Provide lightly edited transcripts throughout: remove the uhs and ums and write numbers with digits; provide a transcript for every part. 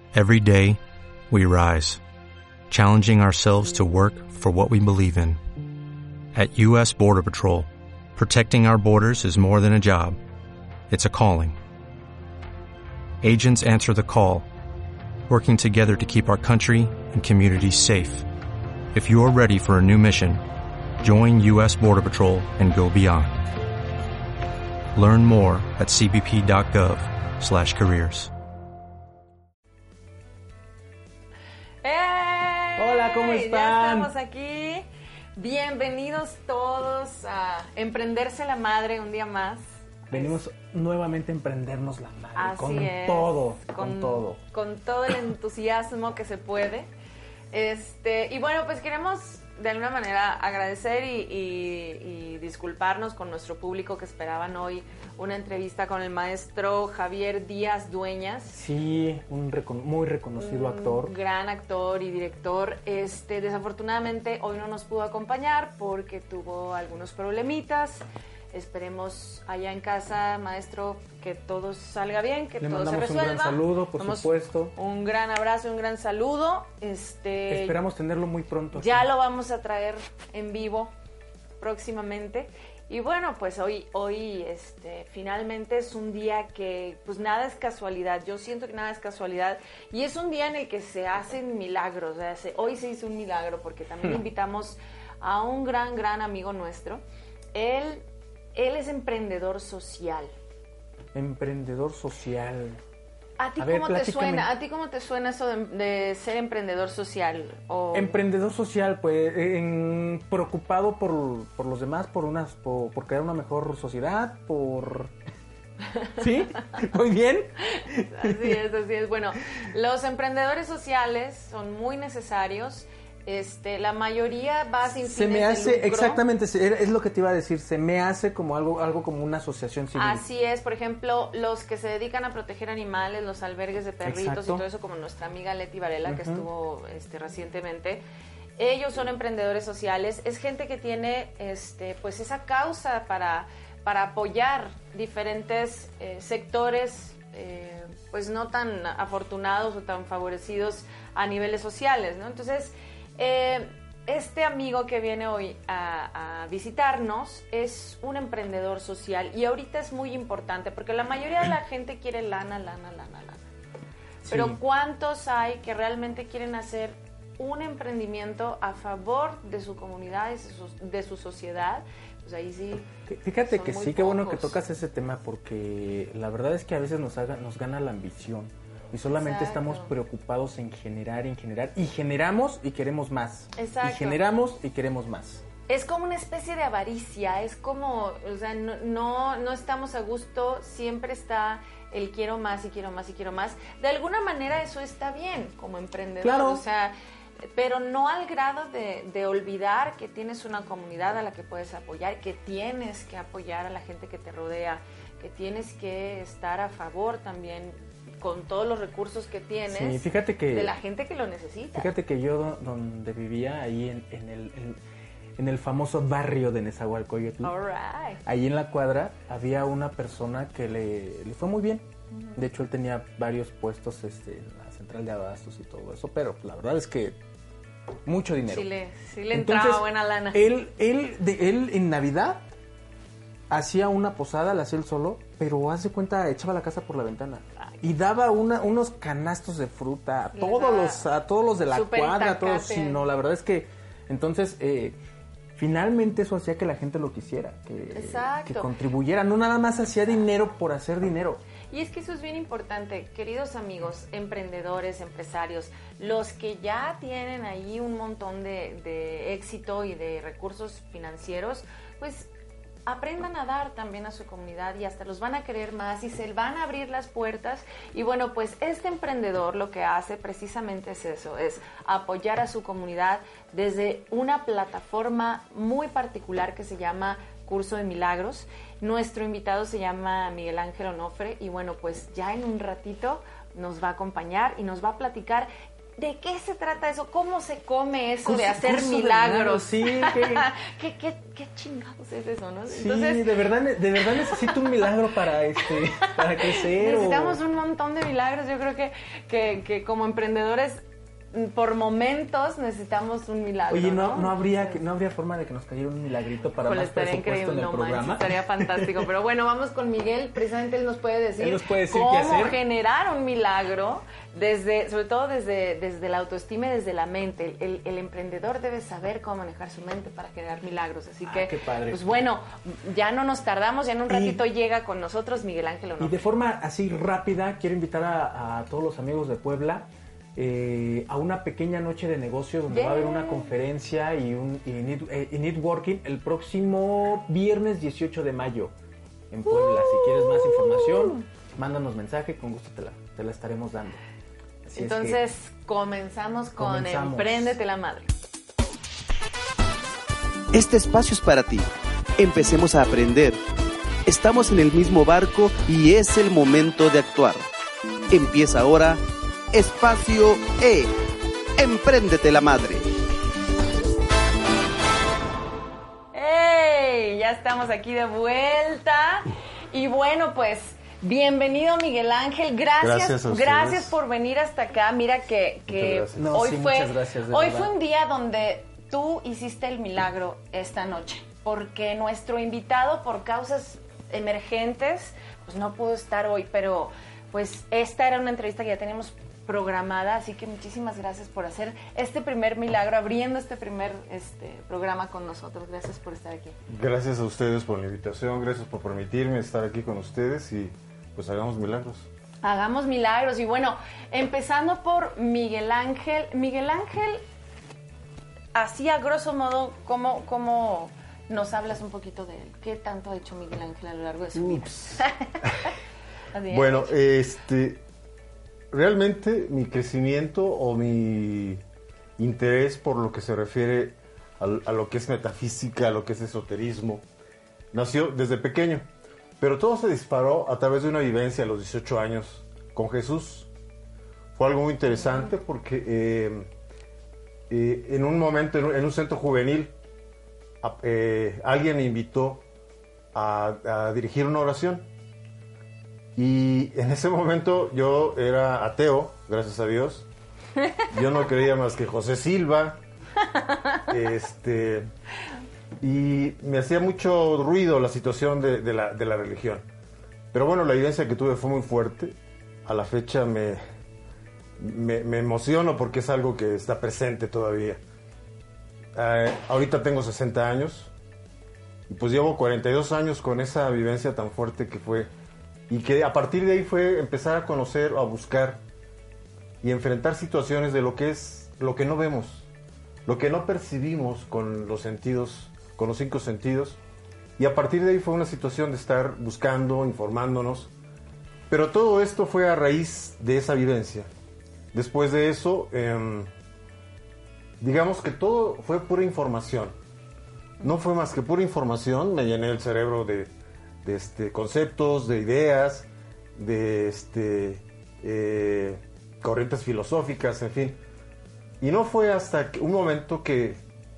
Every day, we rise, challenging ourselves to work for what we believe in. At U.S. Border Patrol, protecting our borders is more than a job. It's a calling. Agents answer the call, working together to keep our country and communities safe. If you're ready for a new mission, join U.S. Border Patrol and go beyond. Learn more at cbp.gov/careers. Hola, ¿cómo están? Ya estamos aquí. Bienvenidos todos a Emprenderse la Madre un día más. Venimos nuevamente a emprendernos la madre. Así con es. Todo, con todo. Con todo el entusiasmo que se puede. Y bueno, pues queremos de alguna manera agradecer y disculparnos con nuestro público que esperaban hoy una entrevista con el maestro Javier Díaz Dueñas. Sí, muy reconocido actor. Gran actor y director. Desafortunadamente hoy no nos pudo acompañar porque tuvo algunos problemitas. Esperemos allá en casa, maestro, que todo salga bien, que todo se resuelva. Le mandamos un gran saludo, por supuesto. Un gran abrazo, un gran saludo. Esperamos tenerlo muy pronto. Ya lo vamos a traer en vivo próximamente. Y bueno, pues hoy finalmente es un día que pues nada es casualidad. Yo siento que nada es casualidad. Y es un día en el que se hacen milagros. Hoy se hizo un milagro porque también invitamos a un gran amigo nuestro. Él es emprendedor social. Emprendedor social. ¿A ti cómo te suena? ¿A ti cómo te suena eso de ser emprendedor social? Emprendedor social, pues, preocupado por los demás, por crear una mejor sociedad, ¿Sí? ¿Muy bien? Así es. Bueno, los emprendedores sociales son muy necesarios. La mayoría va sin fines se me hace, de lucro. Exactamente, es lo que te iba a decir, se me hace como algo como una asociación civil. Así es, por ejemplo, los que se dedican a proteger animales, los albergues de perritos. Exacto. Y todo eso, como nuestra amiga Leti Varela, que estuvo recientemente. Ellos son emprendedores sociales, es gente que tiene pues esa causa para apoyar diferentes sectores pues no tan afortunados o tan favorecidos a niveles sociales, ¿no? Entonces, este amigo que viene hoy a visitarnos es un emprendedor social y ahorita es muy importante porque la mayoría de la gente quiere lana. Sí. Pero ¿cuántos hay que realmente quieren hacer un emprendimiento a favor de su comunidad, de su sociedad? Pues ahí sí. Fíjate que sí, qué bueno que pocos. tocas ese tema porque la verdad es que a veces nos gana la ambición. Y solamente estamos preocupados en generar y generamos y queremos más. Exacto. Y generamos y queremos más. Es como una especie de avaricia, es como, o sea, no estamos a gusto, siempre está el quiero más y quiero más y quiero más. De alguna manera eso está bien como emprendedor, claro. O sea, pero no al grado de olvidar que tienes una comunidad a la que puedes apoyar, que tienes que apoyar a la gente que te rodea, que tienes que estar a favor también con todos los recursos que tienes, sí, fíjate que, de la gente que lo necesita. Fíjate que yo donde vivía, ahí en el famoso barrio de Nezahualcóyotl, right. Ahí en la cuadra había una persona que le fue muy bien. De hecho, él tenía varios puestos en la central de abastos y todo eso, pero la verdad es que mucho dinero. Sí le entraba buena lana. Él en Navidad hacía una posada, la hacía él solo, pero haz de cuenta, echaba la casa por la ventana. Y daba unos canastos de fruta a todos los de la cuadra, a todos. Sí, no, la verdad es que entonces finalmente eso hacía que la gente lo quisiera, que contribuyera, no nada más hacía dinero por hacer dinero. Y es que eso es bien importante, queridos amigos, emprendedores, empresarios, los que ya tienen ahí un montón de éxito y de recursos financieros, pues aprendan a dar también a su comunidad y hasta los van a querer más y se van a abrir las puertas. Y bueno, pues este emprendedor lo que hace precisamente es eso, es apoyar a su comunidad desde una plataforma muy particular que se llama Curso de Milagros. Nuestro invitado se llama Miguel Ángel Onofre y bueno, pues ya en un ratito nos va a acompañar y nos va a platicar ¿De qué se trata eso? ¿Cómo se come eso de hacer milagros? Sí, ¿Qué chingados es eso, no? Sí, entonces, de verdad necesito un milagro para crecer. Necesitamos un montón de milagros. Yo creo que como emprendedores, por momentos necesitamos un milagro. Oye, no habría forma de que nos cayera un milagrito para más presupuesto en el programa. Estaría fantástico. Pero bueno, vamos con Miguel. Precisamente él nos puede decir cómo generar un milagro sobre todo desde la autoestima y desde la mente. El emprendedor debe saber cómo manejar su mente para generar milagros. Así que, qué padre. Pues bueno, ya no nos tardamos, ya en un ratito llega con nosotros Miguel Ángel Onofre. Y de forma así rápida, quiero invitar a todos los amigos de Puebla a una pequeña noche de negocios donde va a haber una conferencia y networking el próximo viernes 18 de mayo en Puebla. Si quieres más información, mándanos mensaje, con gusto te la estaremos dando. Así entonces, comenzamos con Empréndete la Madre. Este espacio es para ti. Empecemos a aprender. Estamos en el mismo barco y es el momento de actuar. Empieza ahora Espacio E. Empréndete la Madre. ¡Hey! Ya estamos aquí de vuelta. Y bueno, pues, bienvenido Miguel Ángel. Gracias por venir hasta acá. Mira que hoy fue un día donde tú hiciste el milagro esta noche. Porque nuestro invitado, por causas emergentes, pues no pudo estar hoy, pero pues esta era una entrevista que ya teníamos programada, así que muchísimas gracias por hacer este primer milagro, abriendo este primer programa con nosotros. Gracias por estar aquí. Gracias a ustedes por la invitación, gracias por permitirme estar aquí con ustedes y pues hagamos milagros. Hagamos milagros. Y bueno, empezando por Miguel Ángel. Miguel Ángel, así a grosso modo, ¿cómo nos hablas un poquito de él? ¿Qué tanto ha hecho Miguel Ángel a lo largo de su vida? Bueno, realmente mi crecimiento o mi interés por lo que se refiere a lo que es metafísica, a lo que es esoterismo, nació desde pequeño. Pero todo se disparó a través de una vivencia a los 18 años con Jesús. Fue algo muy interesante porque en un momento, en un centro juvenil, alguien me invitó a dirigir una oración. Y en ese momento yo era ateo, gracias a Dios. Yo no creía más que José Silva. Y me hacía mucho ruido la situación de la religión. Pero bueno, la vivencia que tuve fue muy fuerte. A la fecha me emociono porque es algo que está presente todavía. Ahorita tengo 60 años. Y pues llevo 42 años con esa vivencia tan fuerte que fue. Y que a partir de ahí fue empezar a conocer, a buscar y enfrentar situaciones de lo que no vemos, lo que no percibimos con los sentidos, con los 5 sentidos. Y a partir de ahí fue una situación de estar buscando, informándonos. Pero todo esto fue a raíz de esa vivencia. Después de eso, digamos que todo fue pura información. No fue más que pura información. Me llené el cerebro de conceptos, de ideas, de corrientes filosóficas, en fin. Y no fue hasta un momento que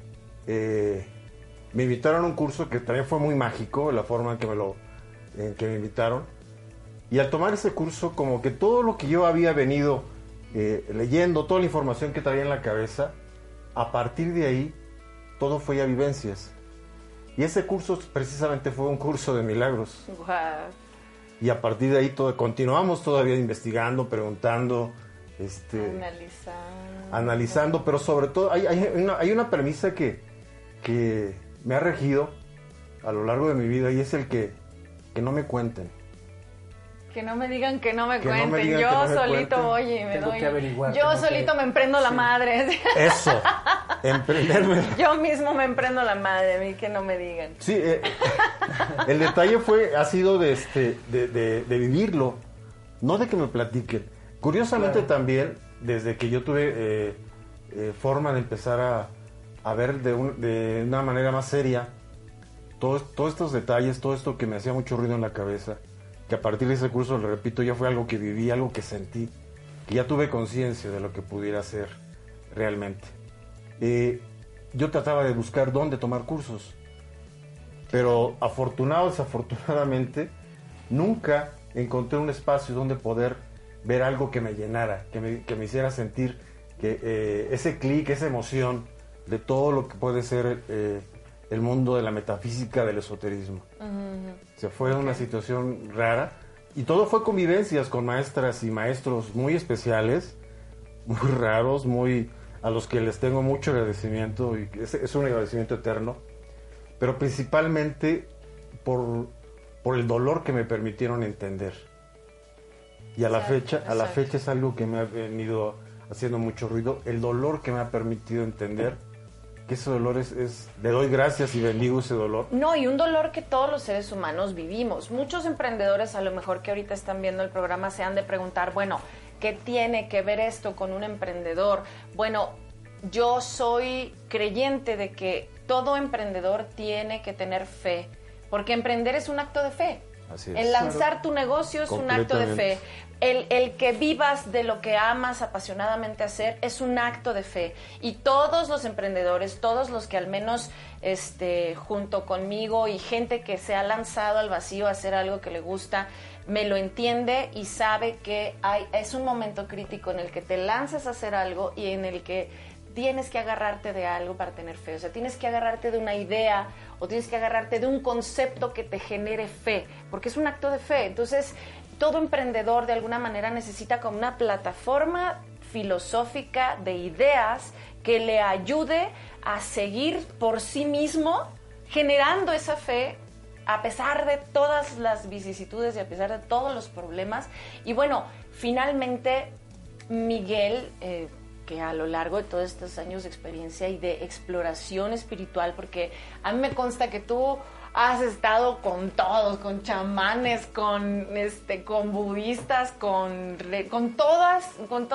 me invitaron a un curso que también fue muy mágico, la forma en que me invitaron. Y al tomar ese curso, como que todo lo que yo había venido leyendo, toda la información que traía en la cabeza, a partir de ahí, todo fue a vivencias. Y ese curso precisamente fue un curso de milagros. Wow. Y a partir de ahí continuamos todavía investigando, preguntando, analizando, pero sobre todo hay una premisa que me ha regido a lo largo de mi vida y es el que no me cuenten. Que no me digan que no me cuenten. Yo solito voy y me doy. Yo solito me emprendo la madre. Eso. Emprenderme. Yo mismo me emprendo la madre, a mí que no me digan. Sí, el detalle ha sido de vivirlo, no de que me platiquen. Curiosamente también, desde que yo tuve forma de empezar a ver de una manera más seria todos estos detalles, todo esto que me hacía mucho ruido en la cabeza, que a partir de ese curso, le repito, ya fue algo que viví, algo que sentí, y ya tuve conciencia de lo que pudiera hacer realmente. Yo trataba de buscar dónde tomar cursos, pero desafortunadamente, nunca encontré un espacio donde poder ver algo que me llenara, que me hiciera sentir que ese clic, esa emoción de todo lo que puede ser el mundo de la metafísica, del esoterismo. Se fue una situación rara, y todo fue convivencias con maestras y maestros muy especiales, muy raros, a los que les tengo mucho agradecimiento, y es un agradecimiento eterno, pero principalmente por el dolor que me permitieron entender. Y a la fecha es algo que me ha venido haciendo mucho ruido, el dolor que me ha permitido entender, que ese dolor le doy gracias y bendigo ese dolor. No, y un dolor que todos los seres humanos vivimos. Muchos emprendedores, a lo mejor que ahorita están viendo el programa, se han de preguntar, bueno, ¿qué tiene que ver esto con un emprendedor? Bueno, yo soy creyente de que todo emprendedor tiene que tener fe, porque emprender es un acto de fe. Así es. El lanzar tu negocio es un acto de fe. El que vivas de lo que amas apasionadamente hacer es un acto de fe. Y todos los emprendedores, todos los que al menos junto conmigo y gente que se ha lanzado al vacío a hacer algo que le gusta, me lo entiende y sabe que es un momento crítico en el que te lanzas a hacer algo y en el que tienes que agarrarte de algo para tener fe. O sea, tienes que agarrarte de una idea o tienes que agarrarte de un concepto que te genere fe, porque es un acto de fe. Entonces, todo emprendedor de alguna manera necesita como una plataforma filosófica de ideas que le ayude a seguir por sí mismo generando esa fe a pesar de todas las vicisitudes y a pesar de todos los problemas. Y bueno, finalmente Miguel, que a lo largo de todos estos años de experiencia y de exploración espiritual, porque a mí me consta que tú has estado con todos, con chamanes, con budistas, con todas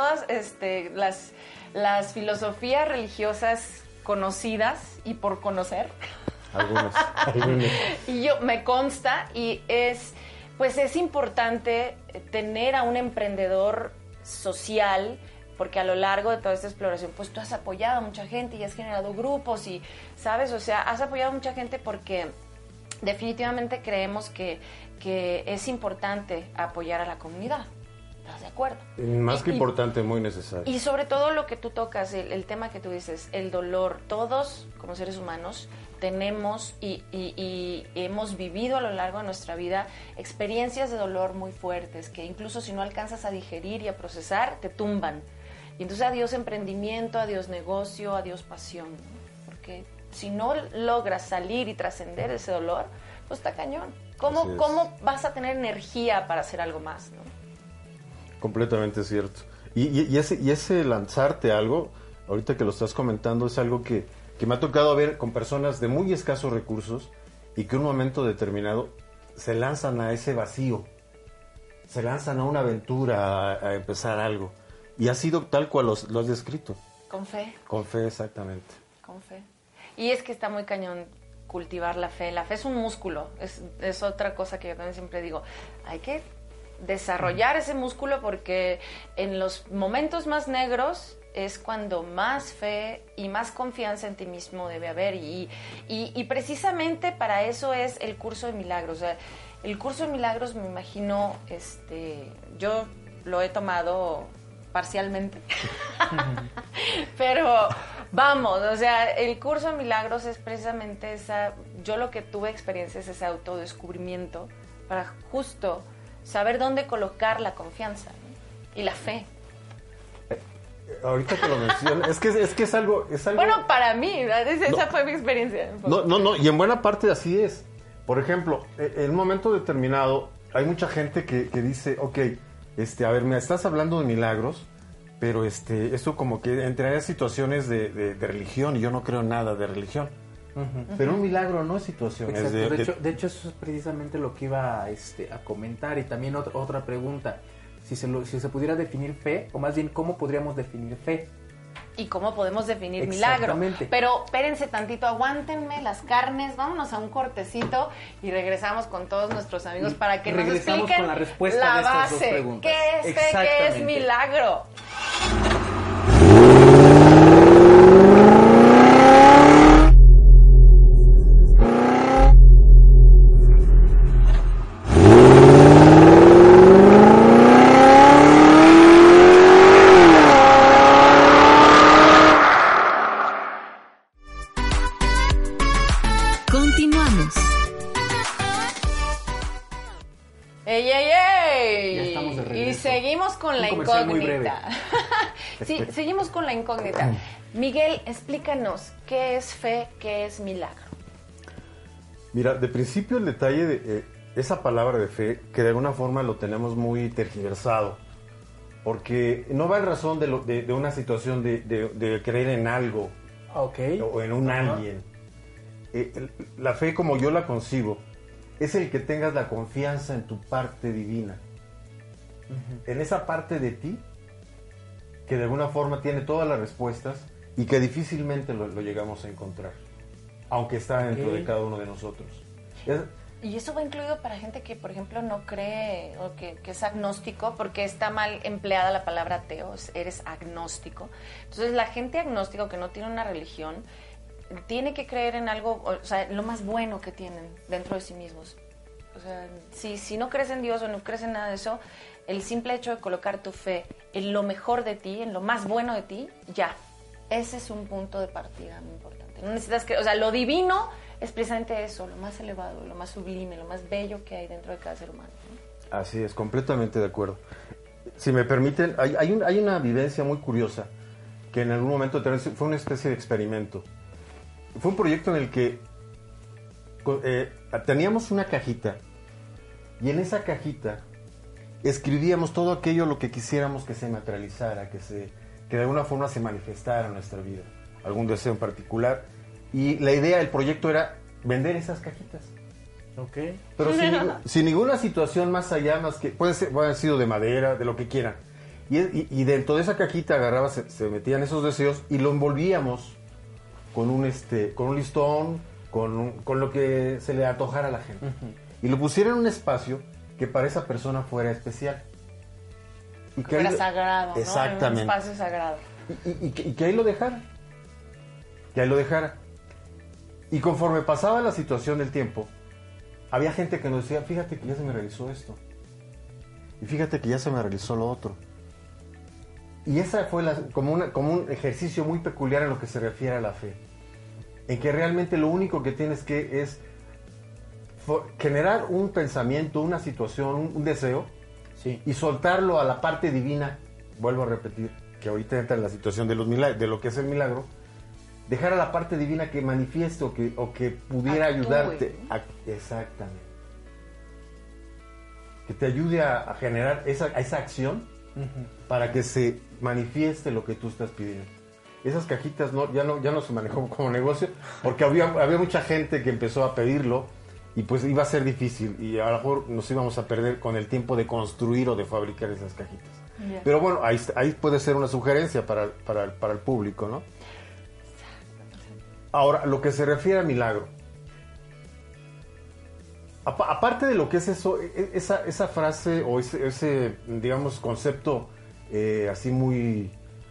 las filosofías religiosas conocidas y por conocer. Algunas. Y yo me consta, y es importante tener a un emprendedor social, porque a lo largo de toda esta exploración, pues tú has apoyado a mucha gente y has generado grupos y, ¿sabes? O sea, has apoyado a mucha gente porque definitivamente creemos que es importante apoyar a la comunidad. ¿Estás de acuerdo? Más que importante, muy necesario. Y sobre todo lo que tú tocas, el tema que tú dices, el dolor. Todos, como seres humanos, tenemos y hemos vivido a lo largo de nuestra vida experiencias de dolor muy fuertes, que incluso si no alcanzas a digerir y a procesar, te tumban. Y entonces adiós emprendimiento, adiós negocio, adiós pasión, ¿no? Porque si no logras salir y trascender ese dolor, pues está cañón. ¿Cómo vas a tener energía para hacer algo más, no? Completamente cierto. Y ese lanzarte a algo, ahorita que lo estás comentando, es algo que me ha tocado ver con personas de muy escasos recursos y que en un momento determinado se lanzan a ese vacío, se lanzan a una aventura, a empezar algo. Y ha sido tal cual lo has descrito. Con fe. Con fe, exactamente. Con fe. Y es que está muy cañón cultivar la fe. La fe es un músculo, es otra cosa que yo también siempre digo. Hay que desarrollar ese músculo porque en los momentos más negros es cuando más fe y más confianza en ti mismo debe haber. Y precisamente para eso es el curso de milagros. O sea, el curso de milagros, me imagino, yo lo he tomado parcialmente. Pero vamos, o sea, el curso de milagros es precisamente yo lo que tuve experiencia es ese autodescubrimiento para justo saber dónde colocar la confianza, ¿no? Y la fe. Ahorita que lo mencionas, es que es algo... Bueno, para mí, esa fue mi experiencia. No, y en buena parte así es. Por ejemplo, en un momento determinado, hay mucha gente que dice, ok, a ver, me estás hablando de milagros, pero esto como que entraría situaciones de religión, y yo no creo en nada de religión. Uh-huh. Pero un milagro no es situación. De hecho, eso es precisamente lo que iba a comentar. Y también otra pregunta. Si se pudiera definir fe, o más bien, ¿cómo podríamos definir fe? y cómo podemos definir milagro. Exactamente. Pero espérense tantito, aguántenme las carnes, vámonos a un cortecito y regresamos con todos nuestros amigos para que nos regresamos expliquen con la respuesta la de estas base. dos preguntas. ¿Qué es fe? ¿Qué es Exactamente. milagro? Continuamos. ¡Ey, ey, ey! Ya estamos de regreso. Y seguimos con Un la comercial muy breve. incógnita. Sí, seguimos con la incógnita. Miguel, explícanos, ¿qué es fe, qué es milagro? Mira, de principio el detalle de esa palabra de fe, que de alguna forma lo tenemos muy tergiversado, porque no va en razón de una situación de creer en algo Ok. o en un alguien. La fe, como yo la concibo, es el que tengas la confianza en tu parte divina, en esa parte de ti que de alguna forma tiene todas las respuestas y que difícilmente lo llegamos a encontrar, aunque está dentro de cada uno de nosotros. Y eso va incluido para gente que, por ejemplo, no cree o que es agnóstico, porque está mal empleada la palabra ateo, eres agnóstico. Entonces, la gente agnóstico que no tiene una religión tiene que creer en algo, o sea, lo más bueno que tienen dentro de sí mismos. O sea, si no crees en Dios o no crees en nada de eso, el simple hecho de colocar tu fe en lo mejor de ti, en lo más bueno de ti, ya. Ese es un punto de partida muy importante. No necesitas que, o sea, lo divino es precisamente eso, lo más elevado, lo más sublime, lo más bello que hay dentro de cada ser humano, ¿no? Así es, completamente de acuerdo. Si me permiten, hay una vivencia muy curiosa que en algún momento fue una especie de experimento. Fue un proyecto en el que teníamos una cajita y en esa cajita escribíamos todo aquello lo que quisiéramos que se materializara, que de alguna forma se manifestara en nuestra vida, algún deseo en particular. Y la idea del proyecto era vender esas cajitas. Ok. Pero sin ninguna situación más allá, más que pueden haber sido de madera, de lo que quieran. Y dentro de esa cajita agarraba, se metían esos deseos y lo envolvíamos con un listón, con lo que se le antojara a la gente. Y lo pusiera en un espacio que para esa persona fuera especial. Y Que fuera sagrado, ¿no? Exactamente. En un espacio sagrado. Y que ahí lo dejara. Que ahí lo dejara. Y conforme pasaba la situación del tiempo, había gente que nos decía, fíjate que ya se me realizó esto. Y fíjate que ya se me realizó lo otro. Y esa fue como un ejercicio muy peculiar en lo que se refiere a la fe. En que realmente lo único que tienes que es generar un pensamiento, una situación, un deseo, Sí. y soltarlo a la parte divina. Vuelvo a repetir, que ahorita entra en la situación de lo que es el milagro. Dejar a la parte divina que manifieste o que pudiera Actúe, ayudarte. ¿no? Exactamente. Que te ayude a generar esa acción para que se manifieste lo que tú estás pidiendo. Esas cajitas ya no se manejó como negocio porque había mucha gente que empezó a pedirlo y pues iba a ser difícil y a lo mejor nos íbamos a perder con el tiempo de construir o de fabricar esas cajitas. Yeah. Pero bueno, ahí puede ser una sugerencia para el público, ¿no? Ahora, lo que se refiere a milagro. Aparte de lo que es eso, esa frase o ese digamos, concepto así muy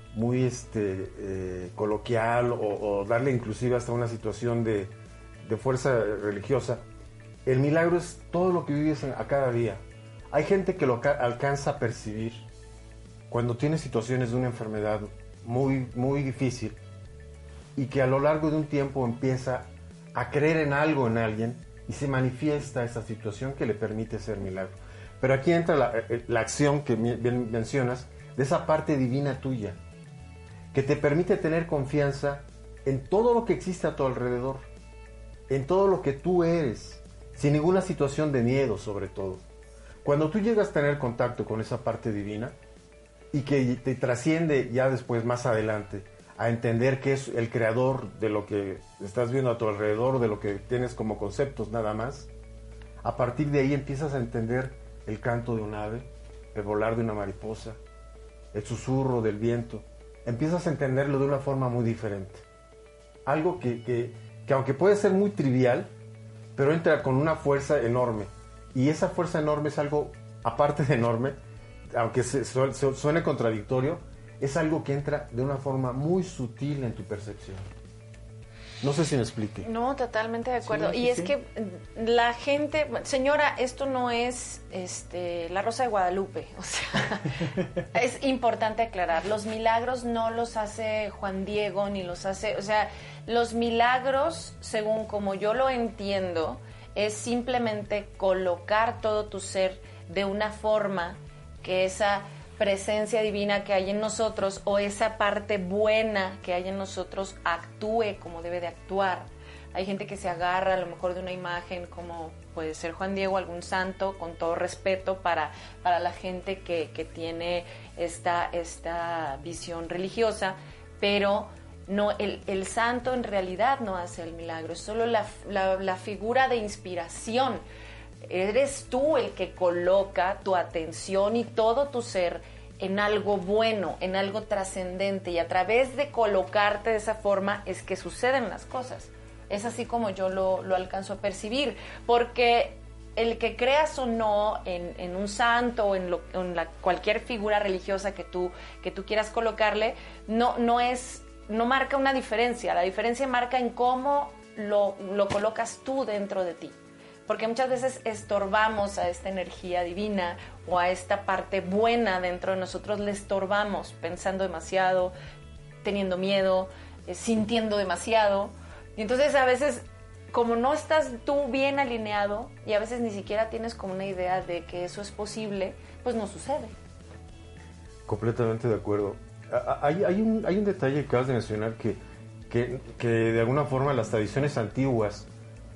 coloquial o darle inclusive hasta una situación de fuerza religiosa, el milagro es todo lo que vives a cada día. Hay gente que lo alcanza a percibir cuando tiene situaciones de una enfermedad muy, muy difícil y que a lo largo de un tiempo empieza a creer en algo, en alguien, y se manifiesta esa situación que le permite ser milagro. Pero aquí entra la acción que bien mencionas, de esa parte divina tuya, que te permite tener confianza en todo lo que existe a tu alrededor, en todo lo que tú eres, sin ninguna situación de miedo sobre todo. Cuando tú llegas a tener contacto con esa parte divina y que te trasciende ya después, más adelante, a entender que es el creador de lo que estás viendo a tu alrededor, de lo que tienes como conceptos nada más, a partir de ahí empiezas a entender el canto de un ave, el volar de una mariposa, el susurro del viento, empiezas a entenderlo de una forma muy diferente. Algo que aunque puede ser muy trivial, pero entra con una fuerza enorme. Y esa fuerza enorme es algo, aparte de enorme, aunque suene contradictorio, es algo que entra de una forma muy sutil en tu percepción. No sé si me explique. No, totalmente de acuerdo. Sí, y sí, es sí. que la gente, señora, esto no es la Rosa de Guadalupe. O sea, es importante aclarar. Los milagros no los hace Juan Diego, ni los hace... O sea, los milagros, según como yo lo entiendo, es simplemente colocar todo tu ser de una forma que esa presencia divina que hay en nosotros o esa parte buena que hay en nosotros actúe como debe de actuar. Hay gente que se agarra a lo mejor de una imagen como puede ser Juan Diego, algún santo, con todo respeto para la gente que tiene esta visión religiosa, pero no, el santo en realidad no hace el milagro, es solo la figura de inspiración. Eres tú el que coloca tu atención y todo tu ser en algo bueno, en algo trascendente, y a través de colocarte de esa forma es que suceden las cosas. Es así como yo lo alcanzo a percibir, porque el que creas o no en un santo o en cualquier figura religiosa que tú quieras colocarle, no marca una diferencia. La diferencia marca en cómo lo colocas tú dentro de ti. Porque muchas veces estorbamos a esta energía divina o a esta parte buena dentro de nosotros, le estorbamos pensando demasiado, teniendo miedo, sintiendo demasiado. Y entonces a veces, como no estás tú bien alineado y a veces ni siquiera tienes como una idea de que eso es posible, pues no sucede. Completamente de acuerdo. Hay un detalle que acabas de mencionar que de alguna forma las tradiciones antiguas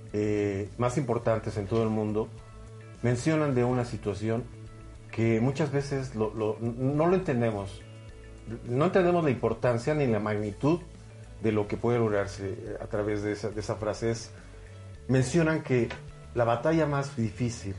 más importantes en todo el mundo mencionan de una situación que muchas veces no lo entendemos. No entendemos la importancia ni la magnitud de lo que puede lograrse a través de esa frase. Mencionan que la batalla más difícil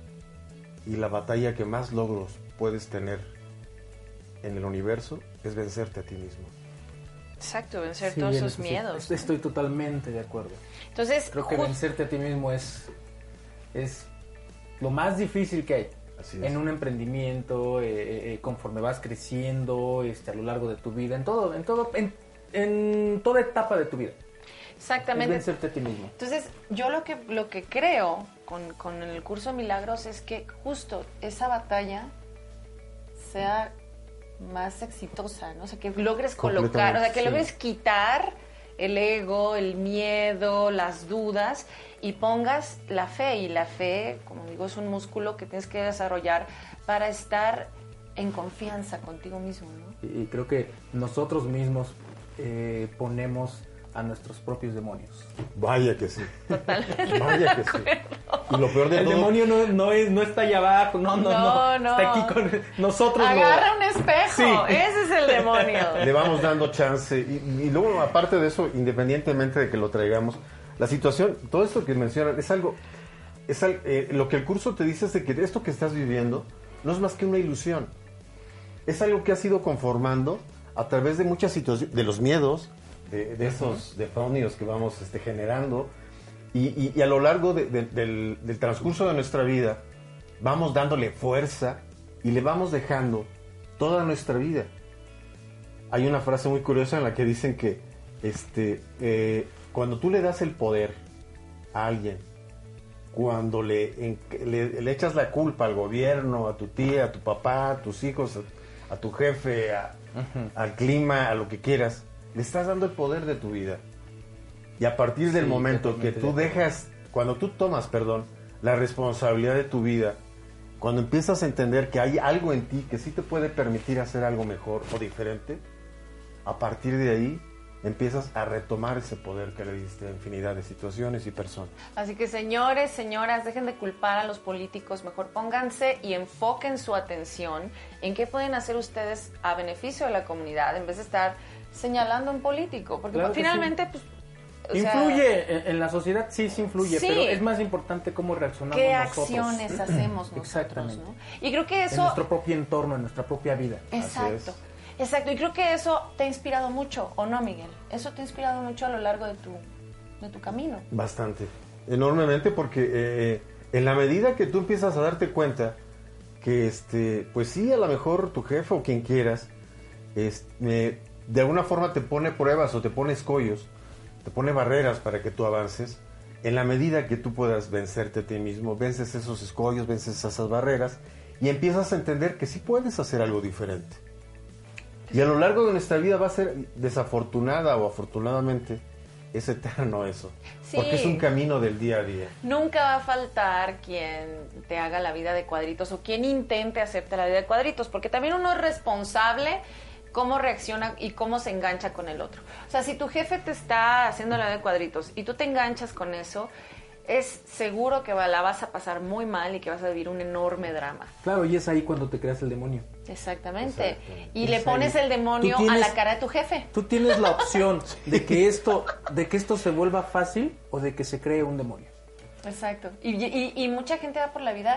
y la batalla que más logros puedes tener en el universo es vencerte a ti mismo. Exacto, vencer todos esos sí, miedos. Estoy totalmente de acuerdo. Entonces, Creo que vencerte a ti mismo es lo más difícil que hay. Así es. En un emprendimiento, conforme vas creciendo, a lo largo de tu vida, en toda etapa de tu vida. exactamente. Es vencerte a ti mismo. Entonces, yo lo que creo con el curso de milagros es que justo esa batalla sea más exitosa, ¿no? O sea, que logres colocar, o sea, que sí. logres quitar el ego, el miedo, las dudas y pongas la fe. Y la fe, como digo, es un músculo que tienes que desarrollar para estar en confianza contigo mismo, ¿no? Y creo que nosotros mismos ponemos a nuestros propios demonios. Vaya que sí. Totalmente. Vaya que sí. Y lo peor de El todo... demonio no está allá abajo, no. Está aquí con nosotros. Agarra un espejo, Sí. ese es el demonio. Le vamos dando chance. Y luego, aparte de eso, independientemente de que lo traigamos, la situación, todo esto que mencionan, lo que el curso te dice es de que esto que estás viviendo no es más que una ilusión. Es algo que has ido conformando a través de muchas situaciones, de los miedos, de esos demonios que vamos generando. Y a lo largo del transcurso de nuestra vida, vamos dándole fuerza y le vamos dejando toda nuestra vida. Hay una frase muy curiosa en la que dicen que cuando tú le das el poder a alguien, cuando le echas la culpa al gobierno, a tu tía, a tu papá, a tus hijos, a tu jefe, al clima, a lo que quieras, le estás dando el poder de tu vida. Y a partir del momento que tú cuando tú tomas, la responsabilidad de tu vida, cuando empiezas a entender que hay algo en ti que sí te puede permitir hacer algo mejor o diferente, a partir de ahí empiezas a retomar ese poder que le diste a infinidad de situaciones y personas. Así que señores, señoras, dejen de culpar a los políticos, mejor pónganse y enfoquen su atención en qué pueden hacer ustedes a beneficio de la comunidad en vez de estar señalando a un político, porque Claro que finalmente sí. pues Influye en la sociedad, sí influye, Sí. pero es más importante cómo reaccionamos qué nosotros. acciones hacemos nosotros, Exactamente. ¿no? Y creo que En eso nuestro propio entorno, en nuestra propia vida. exacto. Así es. Exacto, y creo que eso te ha inspirado mucho, ¿o no, Miguel? Eso te ha inspirado mucho a lo largo de tu camino. Bastante, enormemente, porque en la medida que tú empiezas a darte cuenta que, pues sí, a lo mejor tu jefe o quien quieras, de alguna forma te pone pruebas o te pone escollos, te pone barreras para que tú avances. En la medida que tú puedas vencerte a ti mismo, vences esos escollos, vences esas barreras y empiezas a entender que sí puedes hacer algo diferente. Y a lo largo de nuestra vida va a ser, desafortunada o afortunadamente, es eterno eso. Sí. Porque es un camino del día a día. Nunca va a faltar quien te haga la vida de cuadritos o quien intente hacerte la vida de cuadritos, porque también uno es responsable cómo reacciona y cómo se engancha con el otro. O sea, si tu jefe te está haciendo la vida de cuadritos y tú te enganchas con eso, es seguro que la vas a pasar muy mal y que vas a vivir un enorme drama. Claro, y es ahí cuando te creas el demonio. Exactamente. Y le pones el demonio a la cara de tu jefe. Tú tienes la opción de que esto se vuelva fácil o de que se cree un demonio. Exacto. Y mucha gente va por la vida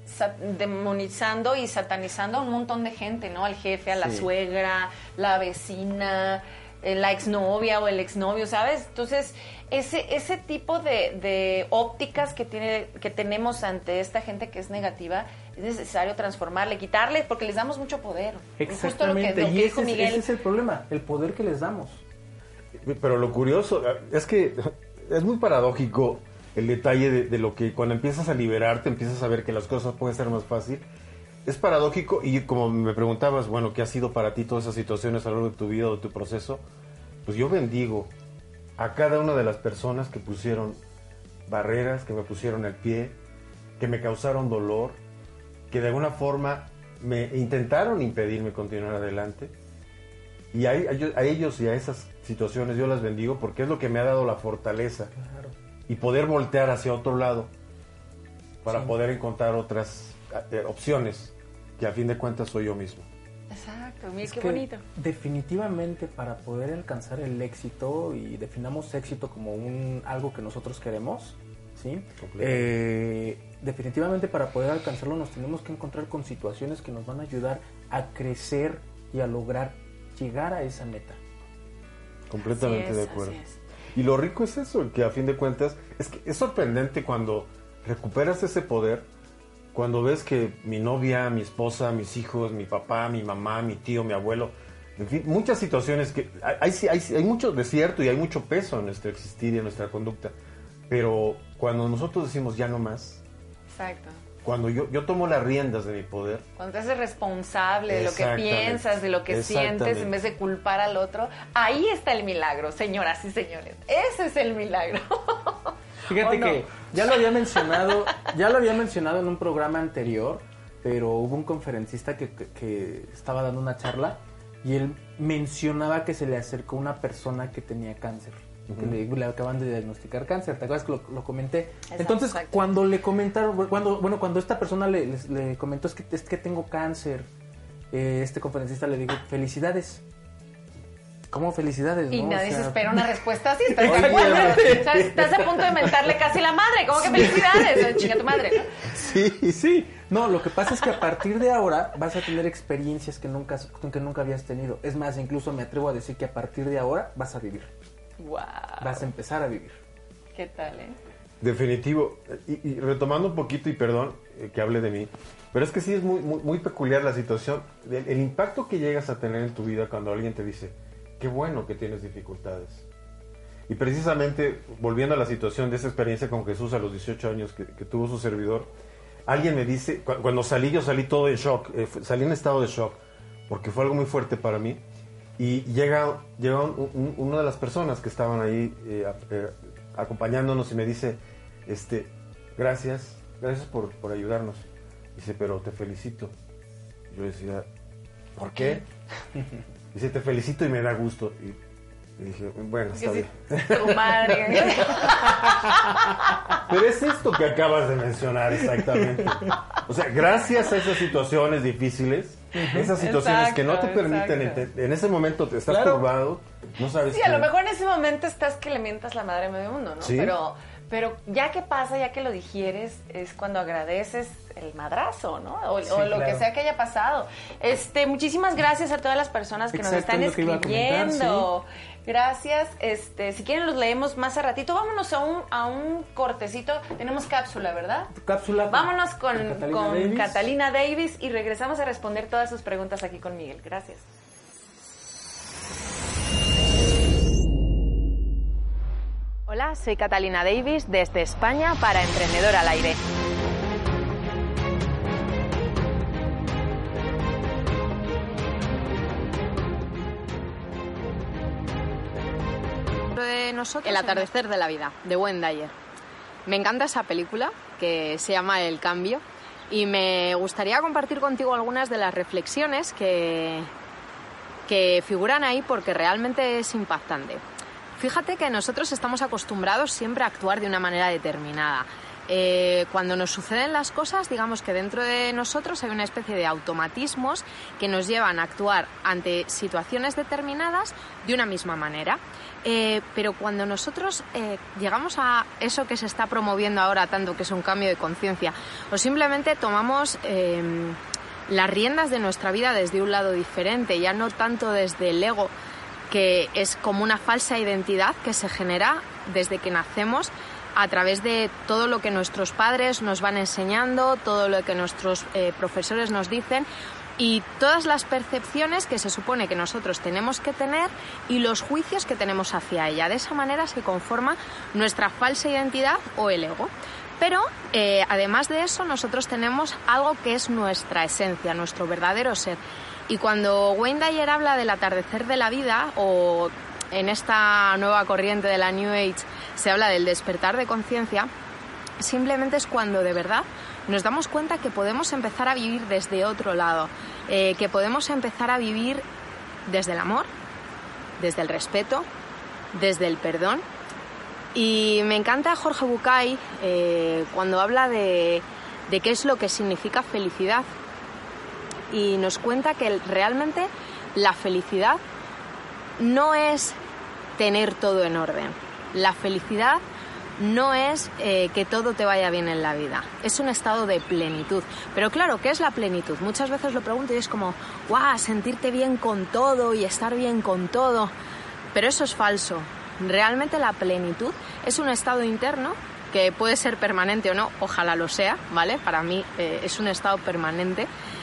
demonizando y satanizando a un montón de gente, ¿no? Al jefe, a la suegra, la vecina, la exnovia o el exnovio, ¿sabes? Entonces, ese tipo de ópticas que tenemos ante esta gente que es negativa, es necesario transformarle, quitarle, porque les damos mucho poder. Exactamente, Justo lo que dijo Miguel. Ese es el problema, el poder que les damos. Pero lo curioso es que es muy paradójico el detalle de lo que cuando empiezas a liberarte, empiezas a ver que las cosas pueden ser más fácil. Es paradójico, y como me preguntabas, bueno, ¿qué ha sido para ti todas esas situaciones a lo largo de tu vida o de tu proceso? Pues yo bendigo a cada una de las personas que pusieron barreras, que me pusieron el pie, que me causaron dolor, que de alguna forma me intentaron impedirme continuar adelante. Y a ellos y a esas situaciones yo las bendigo porque es lo que me ha dado la fortaleza. Claro. Y poder voltear hacia otro lado para poder encontrar otras opciones, que a fin de cuentas soy yo mismo. Exacto, mira qué bonito. Definitivamente para poder alcanzar el éxito, y definamos éxito como algo que nosotros queremos, ¿sí? Definitivamente para poder alcanzarlo nos tenemos que encontrar con situaciones que nos van a ayudar a crecer y a lograr llegar a esa meta. Completamente de acuerdo. Y lo rico es eso, que a fin de cuentas es que es sorprendente cuando recuperas ese poder, cuando ves que mi novia, mi esposa, mis hijos, mi papá, mi mamá, mi tío, mi abuelo, en fin, muchas situaciones que hay mucho desierto y hay mucho peso en nuestro existir y en nuestra conducta, pero cuando nosotros decimos ya no más, exacto, cuando yo tomo las riendas de mi poder, cuando te haces responsable de lo que piensas, de lo que sientes, en vez de culpar al otro, ahí está el milagro, señoras y señores. Ese es el milagro. Fíjate que ya lo había mencionado en un programa anterior, pero hubo un conferencista que estaba dando una charla y él mencionaba que se le acercó una persona que tenía cáncer. Que le acaban de diagnosticar cáncer, ¿te acuerdas que lo comenté? Entonces, cuando le comentaron, cuando esta persona le comentó es que tengo cáncer, este conferencista le dijo, felicidades. ¿Cómo felicidades? Y ¿no? nadie se espera una respuesta así. Estás a punto de mentarle casi la madre. ¿Cómo que felicidades? Chinga tu madre, ¿no? Sí. No, lo que pasa es que a partir de ahora vas a tener experiencias que nunca habías tenido. Es más, incluso me atrevo a decir que a partir de ahora vas a vivir. Wow. Vas a empezar a vivir. ¿Qué tal, Definitivo. Y retomando un poquito, y perdón que hable de mí, pero es que sí es muy, muy, muy peculiar la situación. El impacto que llegas a tener en tu vida cuando alguien te dice, qué bueno que tienes dificultades. Y precisamente, volviendo a la situación de esa experiencia con Jesús a los 18 años que tuvo su servidor, alguien me dice, cuando yo salí todo en shock, salí en estado de shock, porque fue algo muy fuerte para mí. Y llega una de las personas que estaban ahí acompañándonos y me dice, gracias por ayudarnos. Dice, pero te felicito. Yo decía, ¿por qué? Dice, te felicito y me da gusto. Y dije, bueno, está bien. Tu madre. Pero es esto que acabas de mencionar exactamente. O sea, gracias a esas situaciones difíciles, esas situaciones que no te permiten, en ese momento te estás turbado, no sabes. Sí, a lo mejor en ese momento estás que le mientas la madre a medio mundo, ¿no? ¿Sí? Pero ya que pasa, ya que lo digieres, es cuando agradeces el madrazo, ¿no? O lo que sea que haya pasado. Muchísimas gracias a todas las personas que nos están escribiendo. Gracias. Si quieren los leemos más a ratito. Vámonos a un cortecito. Tenemos cápsula, ¿verdad? Cápsula. Vámonos con Catalina Davis y regresamos a responder todas sus preguntas aquí con Miguel. Gracias. Hola, soy Catalina Davis desde España para Emprendedor al Aire. El atardecer de la vida, de Wayne Dyer. Me encanta esa película que se llama El Cambio y me gustaría compartir contigo algunas de las reflexiones que figuran ahí porque realmente es impactante. Fíjate que nosotros estamos acostumbrados siempre a actuar de una manera determinada. Cuando nos suceden las cosas, digamos que dentro de nosotros hay una especie de automatismos que nos llevan a actuar ante situaciones determinadas de una misma manera. Pero cuando nosotros llegamos a eso que se está promoviendo ahora tanto, que es un cambio de conciencia, o simplemente tomamos las riendas de nuestra vida desde un lado diferente, ya no tanto desde el ego, que es como una falsa identidad que se genera desde que nacemos a través de todo lo que nuestros padres nos van enseñando, todo lo que nuestros profesores nos dicen y todas las percepciones que se supone que nosotros tenemos que tener y los juicios que tenemos hacia ella. De esa manera se conforma nuestra falsa identidad o el ego. Pero además de eso nosotros tenemos algo que es nuestra esencia, nuestro verdadero ser. Y cuando Wayne Dyer habla del atardecer de la vida, o en esta nueva corriente de la New Age se habla del despertar de conciencia, simplemente es cuando de verdad nos damos cuenta que podemos empezar a vivir desde otro lado, que podemos empezar a vivir desde el amor, desde el respeto, desde el perdón. Y me encanta Jorge Bucay cuando habla de qué es lo que significa felicidad. Y nos cuenta que realmente la felicidad no es tener todo en orden. La felicidad no es que todo te vaya bien en la vida. Es un estado de plenitud. Pero claro, ¿qué es la plenitud? Muchas veces lo pregunto y es como, ¡guau! Sentirte bien con todo y estar bien con todo. Pero eso es falso. Realmente la plenitud es un estado interno que puede ser permanente o no. Ojalá lo sea, ¿vale? Para mí es un estado permanente.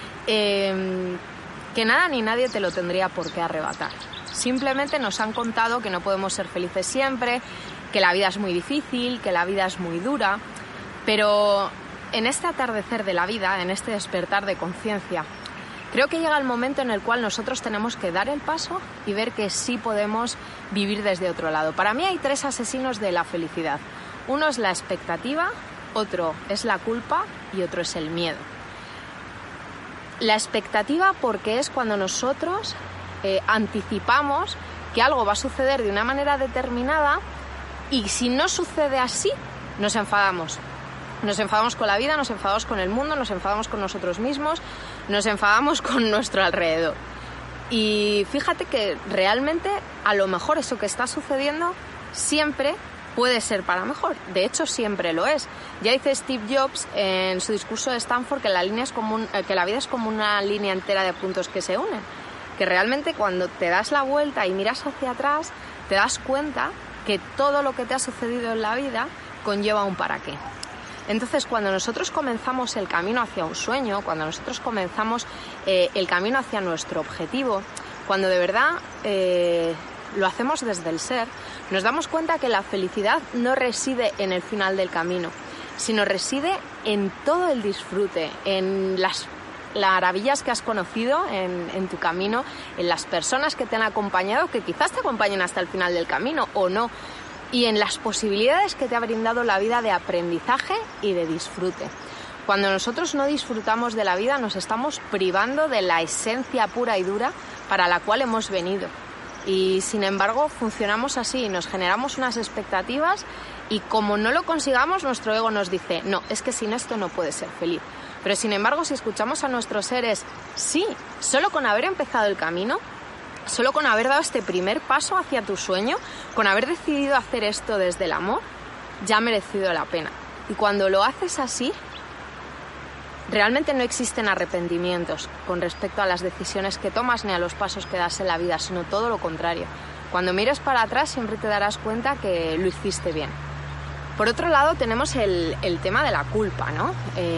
Que nada ni nadie te lo tendría por qué arrebatar. Simplemente nos han contado que no podemos ser felices siempre, que la vida es muy difícil, que la vida es muy dura, pero en este atardecer de la vida, en este despertar de conciencia, creo que llega el momento en el cual nosotros tenemos que dar el paso y ver que sí podemos vivir desde otro lado. Para mí hay 3 asesinos de la felicidad. Uno es la expectativa, otro es la culpa y otro es el miedo. La expectativa porque es cuando nosotros anticipamos que algo va a suceder de una manera determinada y si no sucede así, nos enfadamos. Nos enfadamos con la vida, nos enfadamos con el mundo, nos enfadamos con nosotros mismos, nos enfadamos con nuestro alrededor. Y fíjate que realmente a lo mejor eso que está sucediendo siempre puede ser para mejor. De hecho, siempre lo es. Ya dice Steve Jobs en su discurso de Stanford que la vida es como una línea entera de puntos que se unen. Que realmente cuando te das la vuelta y miras hacia atrás, te das cuenta que todo lo que te ha sucedido en la vida conlleva un para qué. Entonces, cuando nosotros comenzamos el camino hacia un sueño, cuando nosotros comenzamos el camino hacia nuestro objetivo, cuando de verdad lo hacemos desde el ser, nos damos cuenta que la felicidad no reside en el final del camino, sino reside en todo el disfrute, en las maravillas que has conocido en tu camino, en las personas que te han acompañado, que quizás te acompañen hasta el final del camino o no, y en las posibilidades que te ha brindado la vida de aprendizaje y de disfrute. Cuando nosotros no disfrutamos de la vida, nos estamos privando de la esencia pura y dura para la cual hemos venido. Y sin embargo funcionamos así, nos generamos unas expectativas y como no lo consigamos, nuestro ego nos dice, no, es que sin esto no puedes ser feliz. Pero sin embargo, si escuchamos a nuestros seres, sí, solo con haber empezado el camino, solo con haber dado este primer paso hacia tu sueño, con haber decidido hacer esto desde el amor, ya ha merecido la pena. Y cuando lo haces así, realmente no existen arrepentimientos con respecto a las decisiones que tomas ni a los pasos que das en la vida, sino todo lo contrario. Cuando mires para atrás siempre te darás cuenta que lo hiciste bien. Por otro lado tenemos el tema de la culpa, ¿no?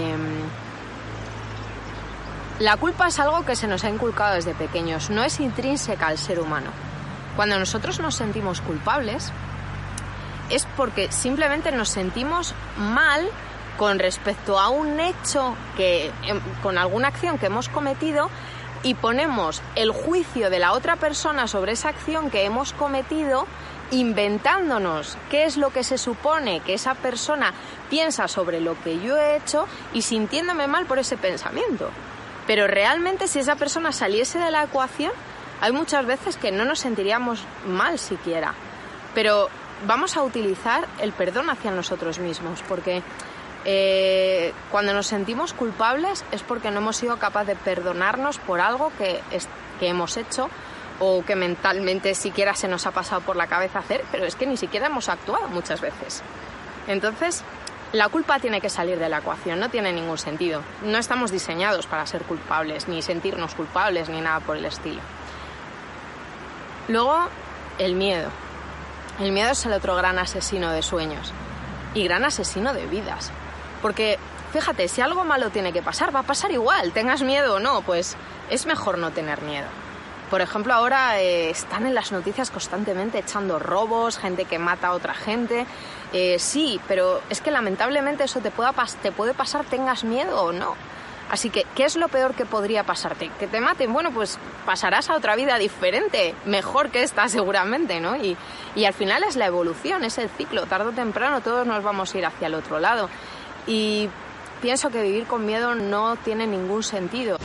La culpa es algo que se nos ha inculcado desde pequeños, no es intrínseca al ser humano. Cuando nosotros nos sentimos culpables es porque simplemente nos sentimos mal con respecto a un hecho con alguna acción que hemos cometido y ponemos el juicio de la otra persona sobre esa acción que hemos cometido inventándonos qué es lo que se supone que esa persona piensa sobre lo que yo he hecho y sintiéndome mal por ese pensamiento. Pero realmente si esa persona saliese de la ecuación, hay muchas veces que no nos sentiríamos mal siquiera. Pero vamos a utilizar el perdón hacia nosotros mismos, porque cuando nos sentimos culpables es porque no hemos sido capaces de perdonarnos por algo que hemos hecho o que mentalmente siquiera se nos ha pasado por la cabeza hacer, pero es que ni siquiera hemos actuado muchas veces. Entonces, la culpa tiene que salir de la ecuación, no tiene ningún sentido. No estamos diseñados para ser culpables, ni sentirnos culpables, ni nada por el estilo. Luego, el miedo. El miedo es el otro gran asesino de sueños y gran asesino de vidas. Porque, fíjate, si algo malo tiene que pasar, va a pasar igual, tengas miedo o no, pues es mejor no tener miedo. Por ejemplo, ahora están en las noticias constantemente echando robos, gente que mata a otra gente. Sí, pero es que lamentablemente eso te puede pasar, tengas miedo o no. Así que, ¿qué es lo peor que podría pasarte? ¿Que te maten? Bueno, pues pasarás a otra vida diferente, mejor que esta seguramente, ¿no? Y al final es la evolución, es el ciclo. Tarde o temprano todos nos vamos a ir hacia el otro lado. Y pienso que vivir con miedo no tiene ningún sentido.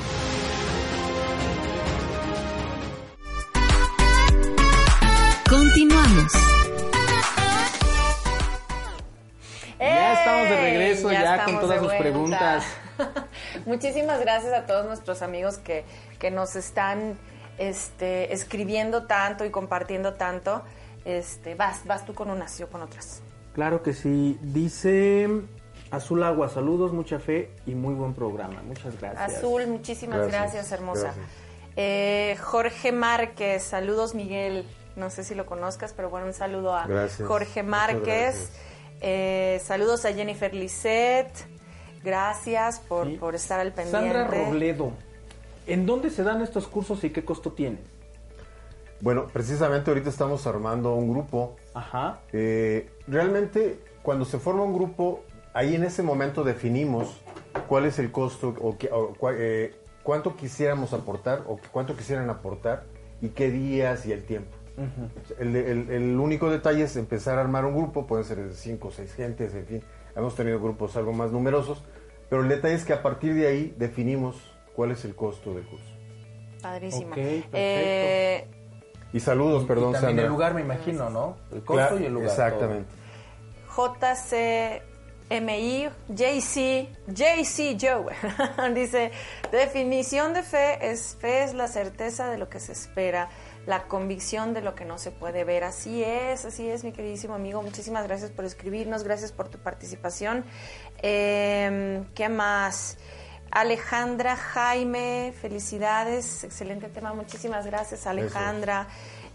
Continuamos. Ya estamos de regreso, ya con todas sus preguntas. Muchísimas gracias a todos nuestros amigos que nos están escribiendo tanto y compartiendo tanto. Vas tú con unas, yo con otras. Claro que sí. Dice Azul Agua, saludos, mucha fe y muy buen programa. Muchas gracias. Azul, muchísimas gracias hermosa. Gracias. Jorge Márquez, saludos Miguel. No sé si lo conozcas, pero bueno, un saludo a Jorge Márquez. Saludos a Jennifer Lisset. Gracias por estar al pendiente. Sandra Robledo, ¿en dónde se dan estos cursos y qué costo tienen? Bueno, precisamente ahorita estamos armando un grupo. Ajá. Realmente, cuando se forma un grupo, ahí en ese momento definimos cuál es el costo cuánto quisiéramos aportar o cuánto quisieran aportar y qué días y el tiempo. Uh-huh. El único detalle es empezar a armar un grupo, pueden ser de 5 o 6 gentes, en fin. Hemos tenido grupos algo más numerosos, pero el detalle es que a partir de ahí definimos cuál es el costo del curso. Padrísimo. Ok, perfecto. Y saludos, perdón, y también Sandra. El lugar, me imagino, ¿no? El costo y el lugar. Exactamente. JCMI, JC Joe, dice, definición de fe es la certeza de lo que se espera, la convicción de lo que no se puede ver. Así es, mi queridísimo amigo. Muchísimas gracias por escribirnos, gracias por tu participación. ¿Qué más? Alejandra Jaime, felicidades, excelente tema, muchísimas gracias, Alejandra.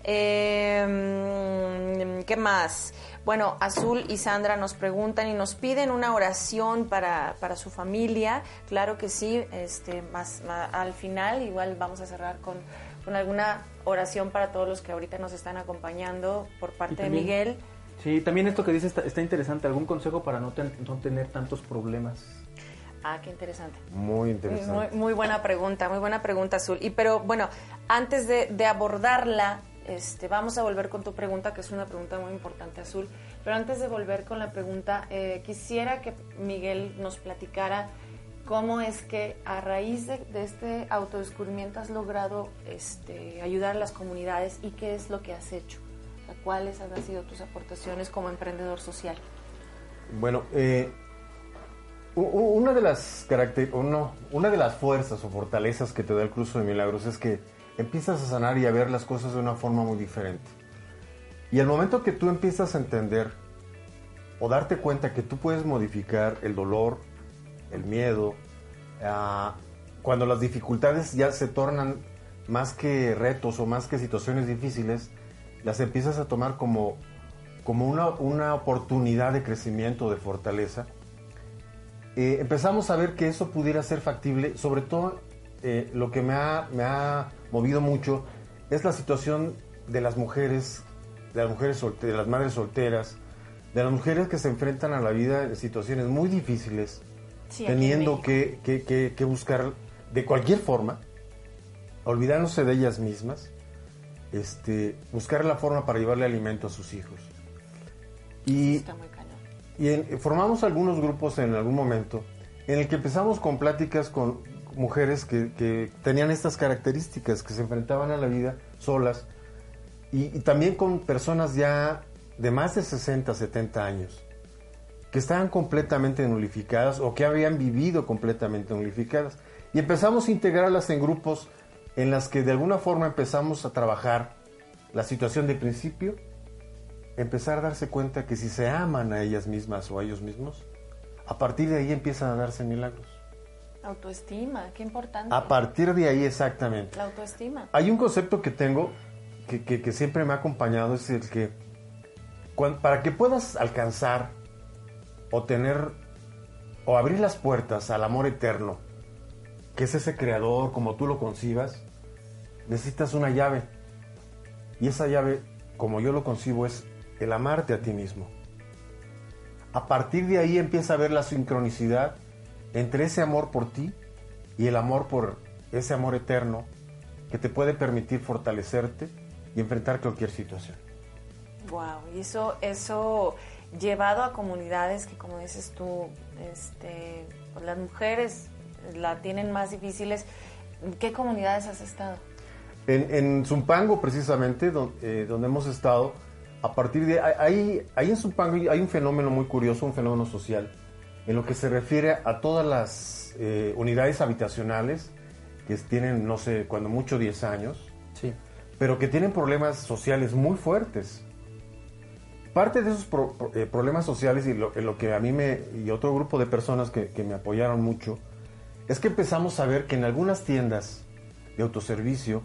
¿Qué más? Bueno, Azul y Sandra nos preguntan y nos piden una oración para su familia. Claro que sí, más al final igual vamos a cerrar con alguna oración para todos los que ahorita nos están acompañando por parte de Miguel. Sí, también esto que dice está interesante. ¿Algún consejo para no tener tantos problemas? Ah, qué interesante. Muy interesante. Muy buena pregunta, Azul. Pero bueno, antes de abordarla, vamos a volver con tu pregunta, que es una pregunta muy importante, Azul. Pero antes de volver con la pregunta, quisiera que Miguel nos platicara cómo es que a raíz de este autodescubrimiento has logrado ayudar a las comunidades y qué es lo que has hecho. ¿Cuáles han sido tus aportaciones como emprendedor social? Bueno, una de las fuerzas o fortalezas que te da el Curso de Milagros es que empiezas a sanar y a ver las cosas de una forma muy diferente. Y al momento que tú empiezas a entender o darte cuenta que tú puedes modificar el dolor, el miedo, cuando las dificultades ya se tornan más que retos o más que situaciones difíciles, las empiezas a tomar como una oportunidad de crecimiento, de fortaleza. Empezamos a ver que eso pudiera ser factible. Sobre todo, lo que me ha movido mucho es la situación de las mujeres, de las madres solteras, de las mujeres que se enfrentan a la vida en situaciones muy difíciles, sí, teniendo que buscar de cualquier forma, olvidándose de ellas mismas, buscar la forma para llevarle alimento a sus hijos. Y, está muy cañón. Y formamos algunos grupos en algún momento en el que empezamos con pláticas con mujeres que tenían estas características, que se enfrentaban a la vida solas, y también con personas ya de más de 60, 70 años, que estaban completamente nulificadas o que habían vivido completamente nulificadas. Y empezamos a integrarlas en grupos en las que de alguna forma empezamos a trabajar la situación de principio, empezar a darse cuenta que si se aman a ellas mismas o a ellos mismos, a partir de ahí empiezan a darse milagros. Autoestima, qué importante. A partir de ahí, exactamente. La autoestima. Hay un concepto que tengo que siempre me ha acompañado, es el que para que puedas alcanzar o tener o abrir las puertas al amor eterno, que es ese creador como tú lo concibas, necesitas una llave. Y esa llave, como yo lo concibo, es el amarte a ti mismo. A partir de ahí empieza a haber la sincronicidad entre ese amor por ti y el amor por ese amor eterno que te puede permitir fortalecerte y enfrentar cualquier situación. Wow, y eso llevado a comunidades que, como dices tú, pues las mujeres la tienen más difíciles. ¿En qué comunidades has estado? En Zumpango, precisamente, donde hemos estado, a partir de ahí en Zumpango hay un fenómeno muy curioso, un fenómeno social, en lo que se refiere a todas las unidades habitacionales que tienen, no sé, cuando mucho 10 años, sí, pero que tienen problemas sociales muy fuertes. Parte de esos problemas sociales y lo que a mí y otro grupo de personas que me apoyaron mucho, es que empezamos a ver que en algunas tiendas de autoservicio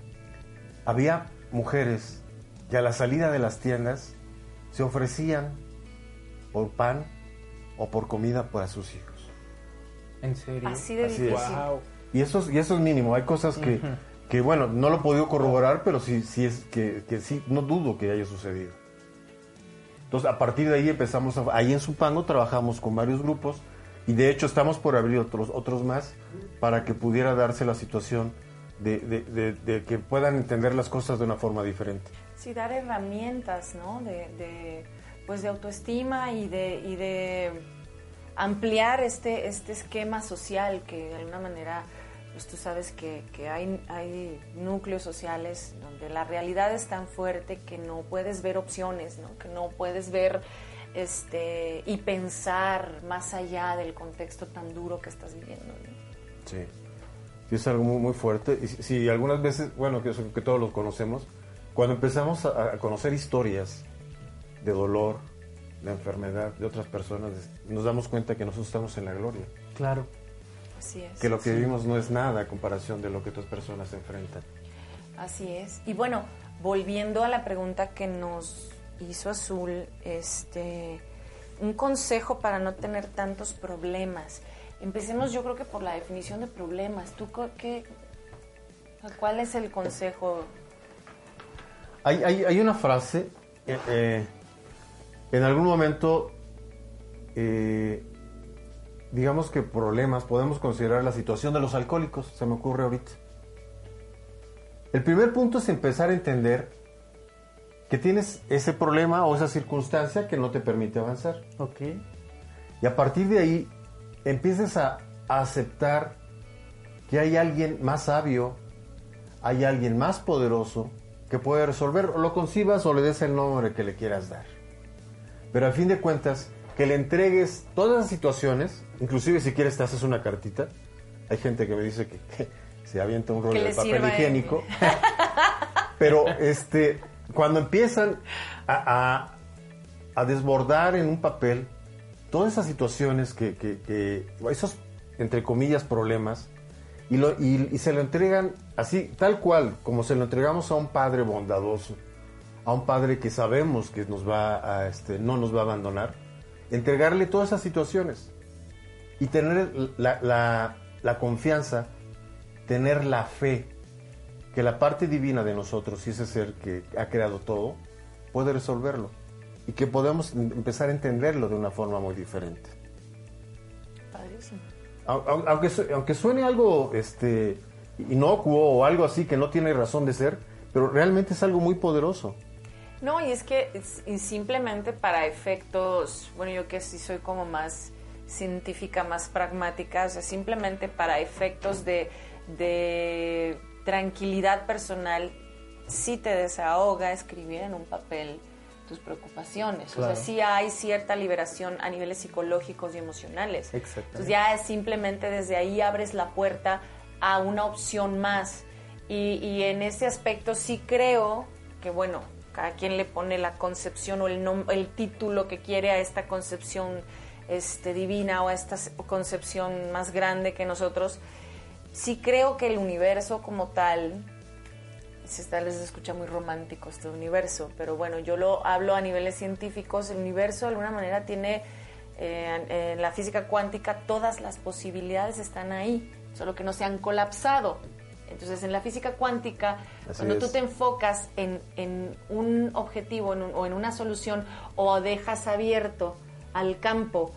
había mujeres que a la salida de las tiendas se ofrecían por pan o por comida para sus hijos. ¿En serio? Así de difícil. Wow. Y eso es mínimo. Hay cosas que bueno, no lo he podido corroborar, pero sí es que sí, no dudo que haya sucedido. Entonces, a partir de ahí empezamos, ahí en Zumpango trabajamos con varios grupos y de hecho estamos por abrir otros más para que pudiera darse la situación de que puedan entender las cosas de una forma diferente. Sí, dar herramientas, ¿no? De autoestima y de ampliar este esquema social que de alguna manera, pues tú sabes que hay núcleos sociales donde la realidad es tan fuerte que no puedes ver opciones, ¿no? Que no puedes ver y pensar más allá del contexto tan duro que estás viviendo, ¿no? Sí, es algo muy, muy fuerte. Y sí, algunas veces, bueno, que todos lo conocemos, cuando empezamos a conocer historias de dolor, de enfermedad de otras personas, nos damos cuenta que nosotros estamos en la gloria. Claro. Así es. Que lo que vivimos no es nada a comparación de lo que otras personas enfrentan. Así es. Y bueno, volviendo a la pregunta que nos hizo Azul, un consejo para no tener tantos problemas. Empecemos, yo creo que por la definición de problemas. ¿Tú cuál es el consejo? Hay una frase, en algún momento, digamos que problemas, podemos considerar la situación de los alcohólicos, se me ocurre ahorita. El primer punto es empezar a entender que tienes ese problema o esa circunstancia que no te permite avanzar. Ok. Y a partir de ahí, empieces a aceptar que hay alguien más sabio, hay alguien más poderoso que puede resolver, o lo concibas o le des el nombre que le quieras dar. Pero al fin de cuentas, que le entregues todas las situaciones, inclusive si quieres te haces una cartita. Hay gente que me dice que se avienta un rollo de papel higiénico. Pero cuando empiezan a a desbordar en un papel todas esas situaciones esos, entre comillas, problemas, y se lo entregan así, tal cual, como se lo entregamos a un padre bondadoso, a un padre que sabemos que nos va a, no nos va a abandonar, entregarle todas esas situaciones y tener la confianza, tener la fe que la parte divina de nosotros, y ese ser que ha creado todo, puede resolverlo y que podemos empezar a entenderlo de una forma muy diferente. Padrísimo. Aunque suene algo inocuo o algo así que no tiene razón de ser, pero realmente es algo muy poderoso. No, y es que y simplemente para efectos, bueno, yo que sí soy como más científica, más pragmática, o sea, simplemente para efectos de tranquilidad personal, sí te desahoga escribir en un papel tus preocupaciones. Claro. O sea, sí hay cierta liberación a niveles psicológicos y emocionales. Entonces ya es simplemente desde ahí abres la puerta a una opción más. Y en ese aspecto sí creo que, bueno, cada quien le pone la concepción o el título que quiere a esta concepción divina o a esta concepción más grande que nosotros. Sí creo que el universo como tal, tal vez se escucha muy romántico este universo, pero bueno, yo lo hablo a niveles científicos. El universo de alguna manera tiene, en la física cuántica, todas las posibilidades están ahí, solo que no se han colapsado. Entonces, en la física cuántica, cuando tú te enfocas en un objetivo o en una solución, o dejas abierto al campo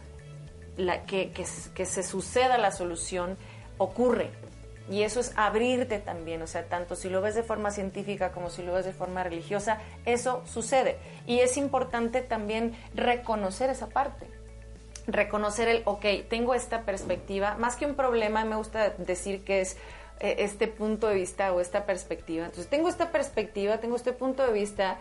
que se suceda la solución, ocurre. Y eso es abrirte también, o sea, tanto si lo ves de forma científica como si lo ves de forma religiosa, eso sucede. Y es importante también reconocer esa parte, reconocer tengo esta perspectiva, más que un problema, me gusta decir que es este punto de vista o esta perspectiva. Entonces, tengo esta perspectiva, tengo este punto de vista,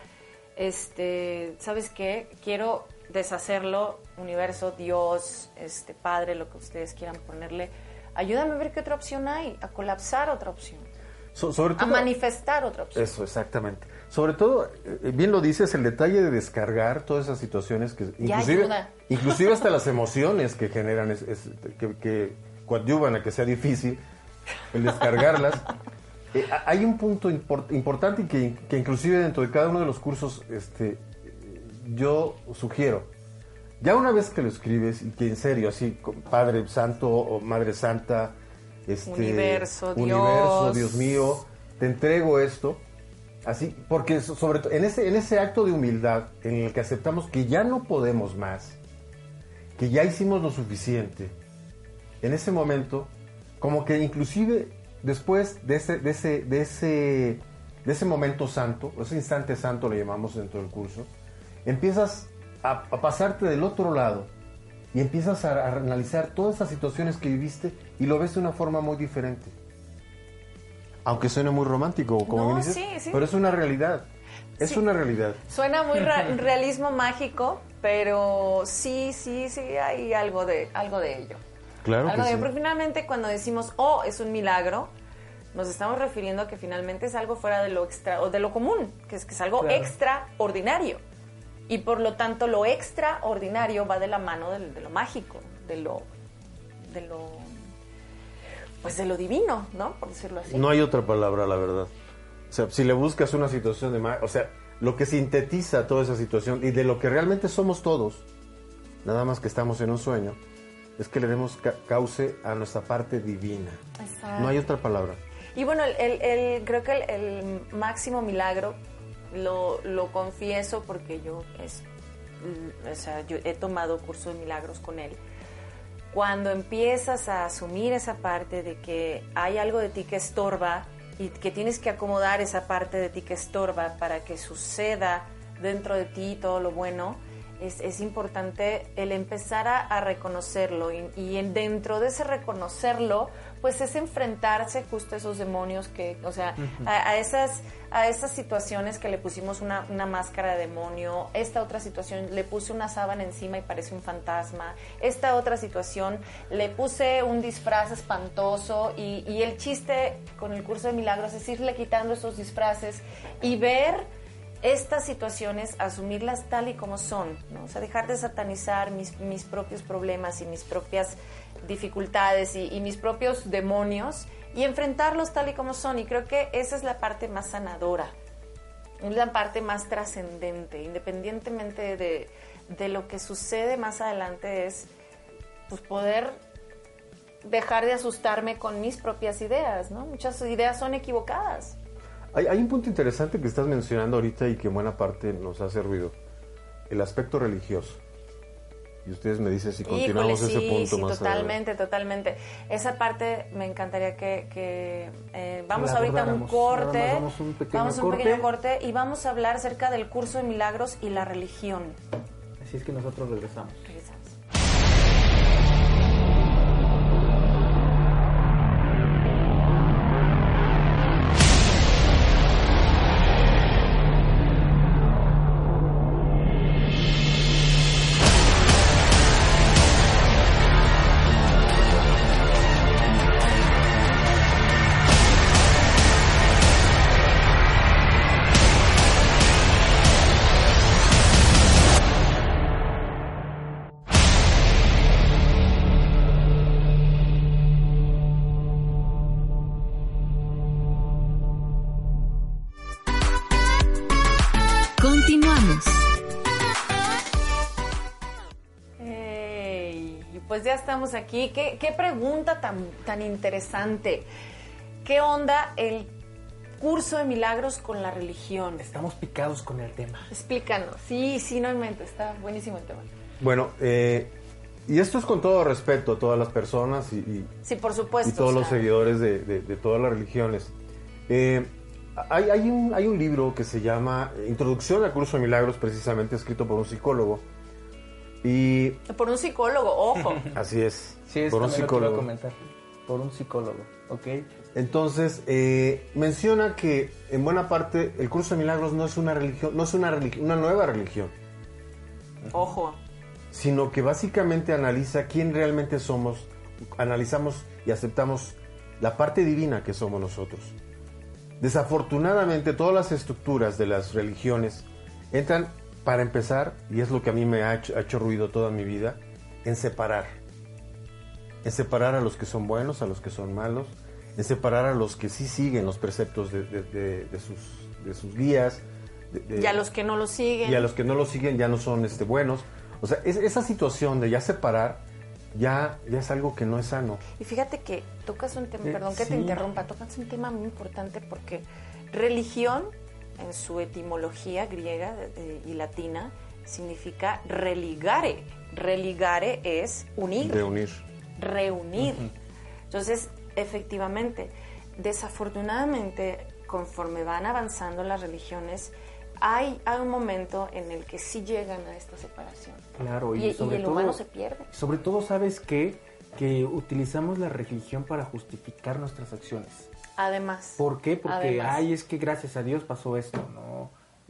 ¿sabes qué? Quiero deshacerlo, universo, Dios, Padre, lo que ustedes quieran ponerle. Ayúdame a ver qué otra opción hay, a colapsar otra opción, sobre todo, a manifestar otra opción. Eso, exactamente. Sobre todo, bien lo dices, el detalle de descargar todas esas situaciones que inclusive hasta las emociones que generan, que coadyuvan a que sea difícil, el descargarlas. Hay un punto importante que inclusive dentro de cada uno de los cursos yo sugiero. Ya una vez que lo escribes y que en serio, así, Padre Santo o Madre Santa, universo, Dios mío, te entrego esto, así, porque sobre todo en ese acto de humildad en el que aceptamos que ya no podemos más, que ya hicimos lo suficiente, en ese momento, como que inclusive después de ese momento santo, ese instante santo le llamamos dentro del curso, empiezas a pasarte del otro lado y empiezas a analizar todas esas situaciones que viviste y lo ves de una forma muy diferente. Aunque suene muy romántico, como me dices, sí. Pero es una realidad. Es una realidad. Suena muy realismo mágico, pero sí hay algo de ello. Claro que sí. Porque finalmente cuando decimos, es un milagro, nos estamos refiriendo a que finalmente es algo fuera de lo extra o de lo común, que es algo extraordinario. Y por lo tanto lo extraordinario va de la mano de lo mágico, de lo divino, ¿no? Por decirlo así. No hay otra palabra, la verdad. O sea, si le buscas una situación de magia, o sea, lo que sintetiza toda esa situación y de lo que realmente somos todos, nada más que estamos en un sueño, es que le demos cauce a nuestra parte divina. Exacto. No hay otra palabra. Y bueno, creo que el máximo milagro, lo confieso porque yo he tomado cursos de milagros con él. Cuando empiezas a asumir esa parte de que hay algo de ti que estorba y que tienes que acomodar esa parte de ti que estorba para que suceda dentro de ti todo lo bueno, es importante el empezar a reconocerlo y dentro de ese reconocerlo, pues es enfrentarse justo a esos demonios que, o sea, a esas situaciones que le pusimos una máscara de demonio, esta otra situación le puse una sábana encima y parece un fantasma, esta otra situación le puse un disfraz espantoso y el chiste con el curso de milagros es irle quitando esos disfraces y ver estas situaciones, asumirlas tal y como son, ¿no? O sea, dejar de satanizar mis propios problemas y mis propias dificultades y mis propios demonios y enfrentarlos tal y como son. Y creo que esa es la parte más sanadora, es la parte más trascendente, independientemente de lo que sucede más adelante, es pues poder dejar de asustarme con mis propias ideas, ¿no? Muchas ideas son equivocadas. Hay un punto interesante que estás mencionando ahorita y que en buena parte nos hace ruido, el aspecto religioso. Y ustedes me dicen si continuamos ese punto más totalmente, totalmente. Esa parte me encantaría que vamos ahorita a un corte. Vamos a un pequeño corte y vamos a hablar acerca del curso de milagros y la religión. Así es que nosotros regresamos. Continuamos. Pues ya estamos aquí. ¿Qué pregunta tan interesante? ¿Qué onda el curso de milagros con la religión? Estamos picados con el tema. Explícanos. Sí, no inventes. Está buenísimo el tema. Bueno, y esto es con todo respeto a todas las personas sí, por supuesto, y todos los seguidores de todas las religiones. Hay un libro que se llama Introducción al Curso de Milagros, precisamente escrito por un psicólogo. Y por un psicólogo, ojo. Así es, sí, por un psicólogo. Comentar. Por un psicólogo, ¿ok? Entonces, menciona que en buena parte el Curso de Milagros no es una religión, no es una nueva religión. Ojo. Sino que básicamente analiza quién realmente somos, analizamos y aceptamos la parte divina que somos nosotros. Desafortunadamente, todas las estructuras de las religiones entran, para empezar, y es lo que a mí me ha hecho ruido toda mi vida, en separar. En separar a los que son buenos, a los que son malos, en separar a los que sí siguen los preceptos de sus guías. Y a los que no lo siguen. Y a los que no lo siguen ya no son buenos. O sea, esa situación de ya separar, ya es algo que no es sano. Y fíjate que tocas un tema, perdón que te interrumpa, tocas un tema muy importante porque religión, en su etimología griega y latina, significa religare. Religare es unir. Reunir. Uh-huh. Entonces, efectivamente, desafortunadamente, conforme van avanzando las religiones, hay un momento en el que sí llegan a esta separación. Claro, y el humano se pierde. Sobre todo, ¿sabes qué? Que utilizamos la religión para justificar nuestras acciones. Además. ¿Por qué? Porque, es que gracias a Dios pasó esto, ¿no?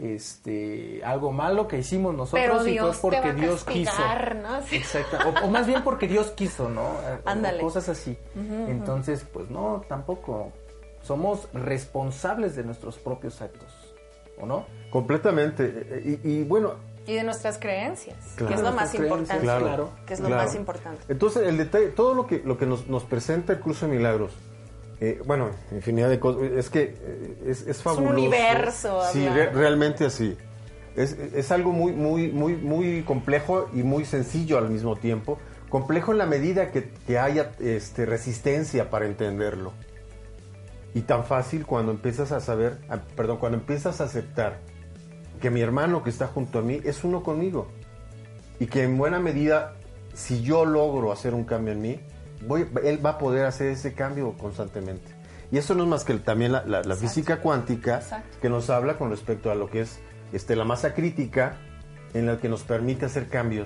Algo malo que hicimos nosotros. Pero Dios y fue porque te va a Dios castigar, quiso. ¿no? Sí. Exacto. O más bien porque Dios quiso, ¿no? Ándale. O cosas así. Uh-huh, entonces, pues no, tampoco. Somos responsables de nuestros propios actos, ¿o no? Completamente. Y bueno... Y de nuestras creencias, claro, que es lo más importante. Claro, que es lo más importante. Entonces, el detalle, todo lo que nos presenta el Curso de Milagros, bueno, infinidad de cosas, es que es fabuloso. Es un universo. Sí, realmente así. Es algo muy complejo y muy sencillo al mismo tiempo. Complejo en la medida que haya resistencia para entenderlo. Y tan fácil cuando empiezas cuando empiezas a aceptar que mi hermano que está junto a mí es uno conmigo. Y que en buena medida, si yo logro hacer un cambio en mí, él va a poder hacer ese cambio constantemente. Y eso no es más que también la física cuántica. Exacto. Que nos habla con respecto a lo que es la masa crítica, en la que nos permite hacer cambios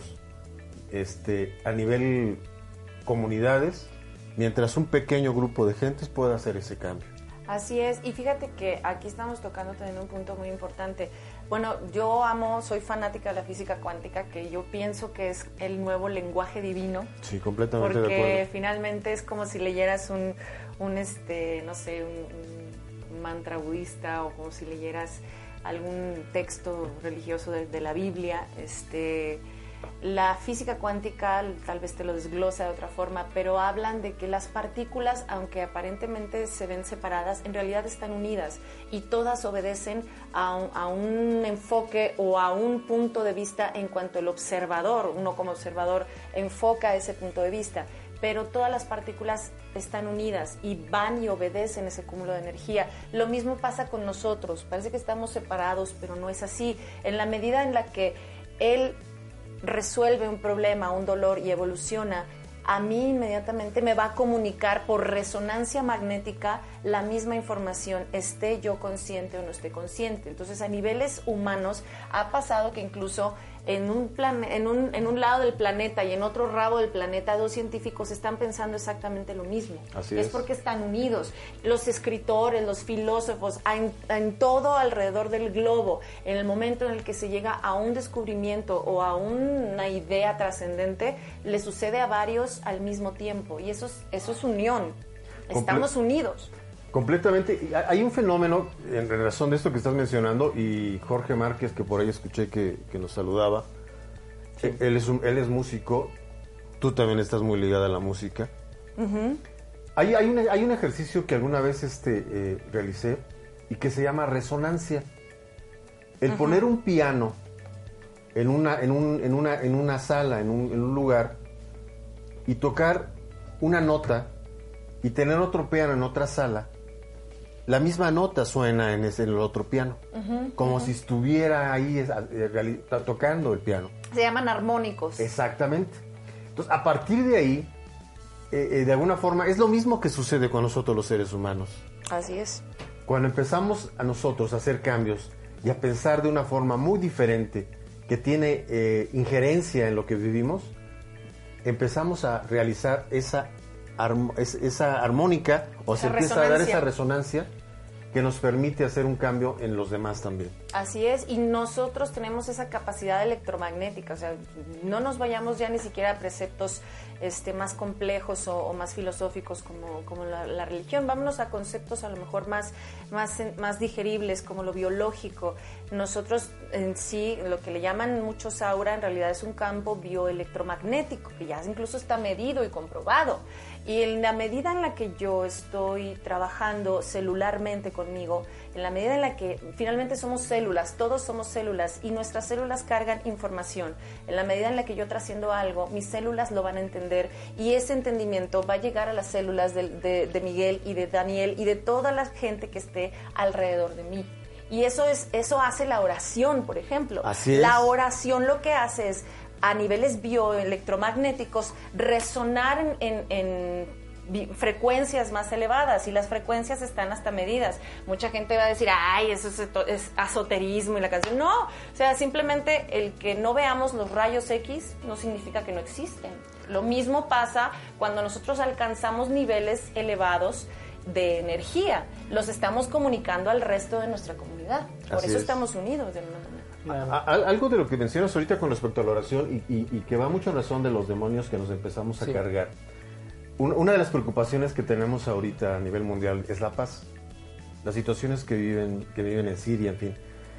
a nivel comunidades, mientras un pequeño grupo de gentes pueda hacer ese cambio. Así es, y fíjate que aquí estamos tocando también un punto muy importante. Bueno, soy fanática de la física cuántica, que yo pienso que es el nuevo lenguaje divino. Sí, completamente de acuerdo. Porque finalmente es como si leyeras un mantra budista, o como si leyeras algún texto religioso de la Biblia. La física cuántica tal vez te lo desglosa de otra forma, pero hablan de que las partículas, aunque aparentemente se ven separadas, en realidad están unidas y todas obedecen a un enfoque o a un punto de vista en cuanto el observador, uno como observador, enfoca ese punto de vista. Pero todas las partículas están unidas y van y obedecen ese cúmulo de energía. Lo mismo pasa con nosotros, parece que estamos separados, pero no es así. En la medida en la que él resuelve un problema, un dolor y evoluciona, a mí inmediatamente me va a comunicar por resonancia magnética la misma información, esté yo consciente o no esté consciente. Entonces, a niveles humanos ha pasado que incluso en un lado del planeta y en otro rabo del planeta, dos científicos están pensando exactamente lo mismo. Así es porque están unidos. Los escritores, los filósofos, en todo alrededor del globo, en el momento en el que se llega a un descubrimiento o a una idea trascendente, le sucede a varios al mismo tiempo. Y eso es unión. Estamos unidos. Completamente. Hay un fenómeno en relación de esto que estás mencionando, y Jorge Márquez, que por ahí escuché que nos saludaba, sí. Él es músico, tú también estás muy ligada a la música. Uh-huh. Hay un ejercicio que alguna vez realicé y que se llama resonancia. El uh-huh. poner un piano en una sala, en un lugar, y tocar una nota y tener otro piano en otra sala, la misma nota suena en el otro piano, uh-huh, como uh-huh. si estuviera ahí tocando el piano. Se llaman armónicos. Exactamente. Entonces, a partir de ahí, de alguna forma, es lo mismo que sucede con nosotros los seres humanos. Así es. Cuando empezamos a nosotros a hacer cambios y a pensar de una forma muy diferente, que tiene injerencia en lo que vivimos, empezamos a realizar esa armónica, o se empieza a dar esa resonancia que nos permite hacer un cambio en los demás también. Así es, y nosotros tenemos esa capacidad electromagnética, o sea, no nos vayamos ya ni siquiera a preceptos más complejos o más filosóficos como la religión, vámonos a conceptos a lo mejor más digeribles, como lo biológico. Nosotros en sí, lo que le llaman muchos aura, en realidad es un campo bioelectromagnético, que ya incluso está medido y comprobado. Y en la medida en la que yo estoy trabajando celularmente conmigo, en la medida en la que finalmente somos células, todos somos células y nuestras células cargan información, en la medida en la que yo trasciendo algo, mis células lo van a entender y ese entendimiento va a llegar a las células de Miguel y de Daniel y de toda la gente que esté alrededor de mí. Y eso hace la oración, por ejemplo. Así es. La oración lo que hace es, a niveles bioelectromagnéticos, resonar en frecuencias más elevadas, y las frecuencias están hasta medidas. Mucha gente va a decir, ay, eso es esoterismo y la canción. No, o sea, simplemente el que no veamos los rayos X no significa que no existen. Lo mismo pasa cuando nosotros alcanzamos niveles elevados de energía. Los estamos comunicando al resto de nuestra comunidad. Por eso estamos unidos de una manera. Algo de lo que mencionas ahorita con respecto a la oración y que va mucho en razón de los demonios que nos empezamos a cargar. Una de las preocupaciones que tenemos ahorita a nivel mundial es la paz. Las situaciones que viven en Siria, en fin.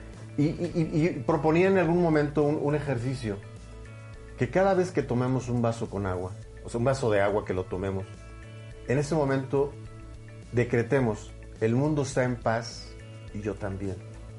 Y proponía en algún momento un ejercicio, que cada vez que tomemos un vaso con agua, o sea, un vaso de agua que lo tomemos, en ese momento decretemos, el mundo está en paz y yo también.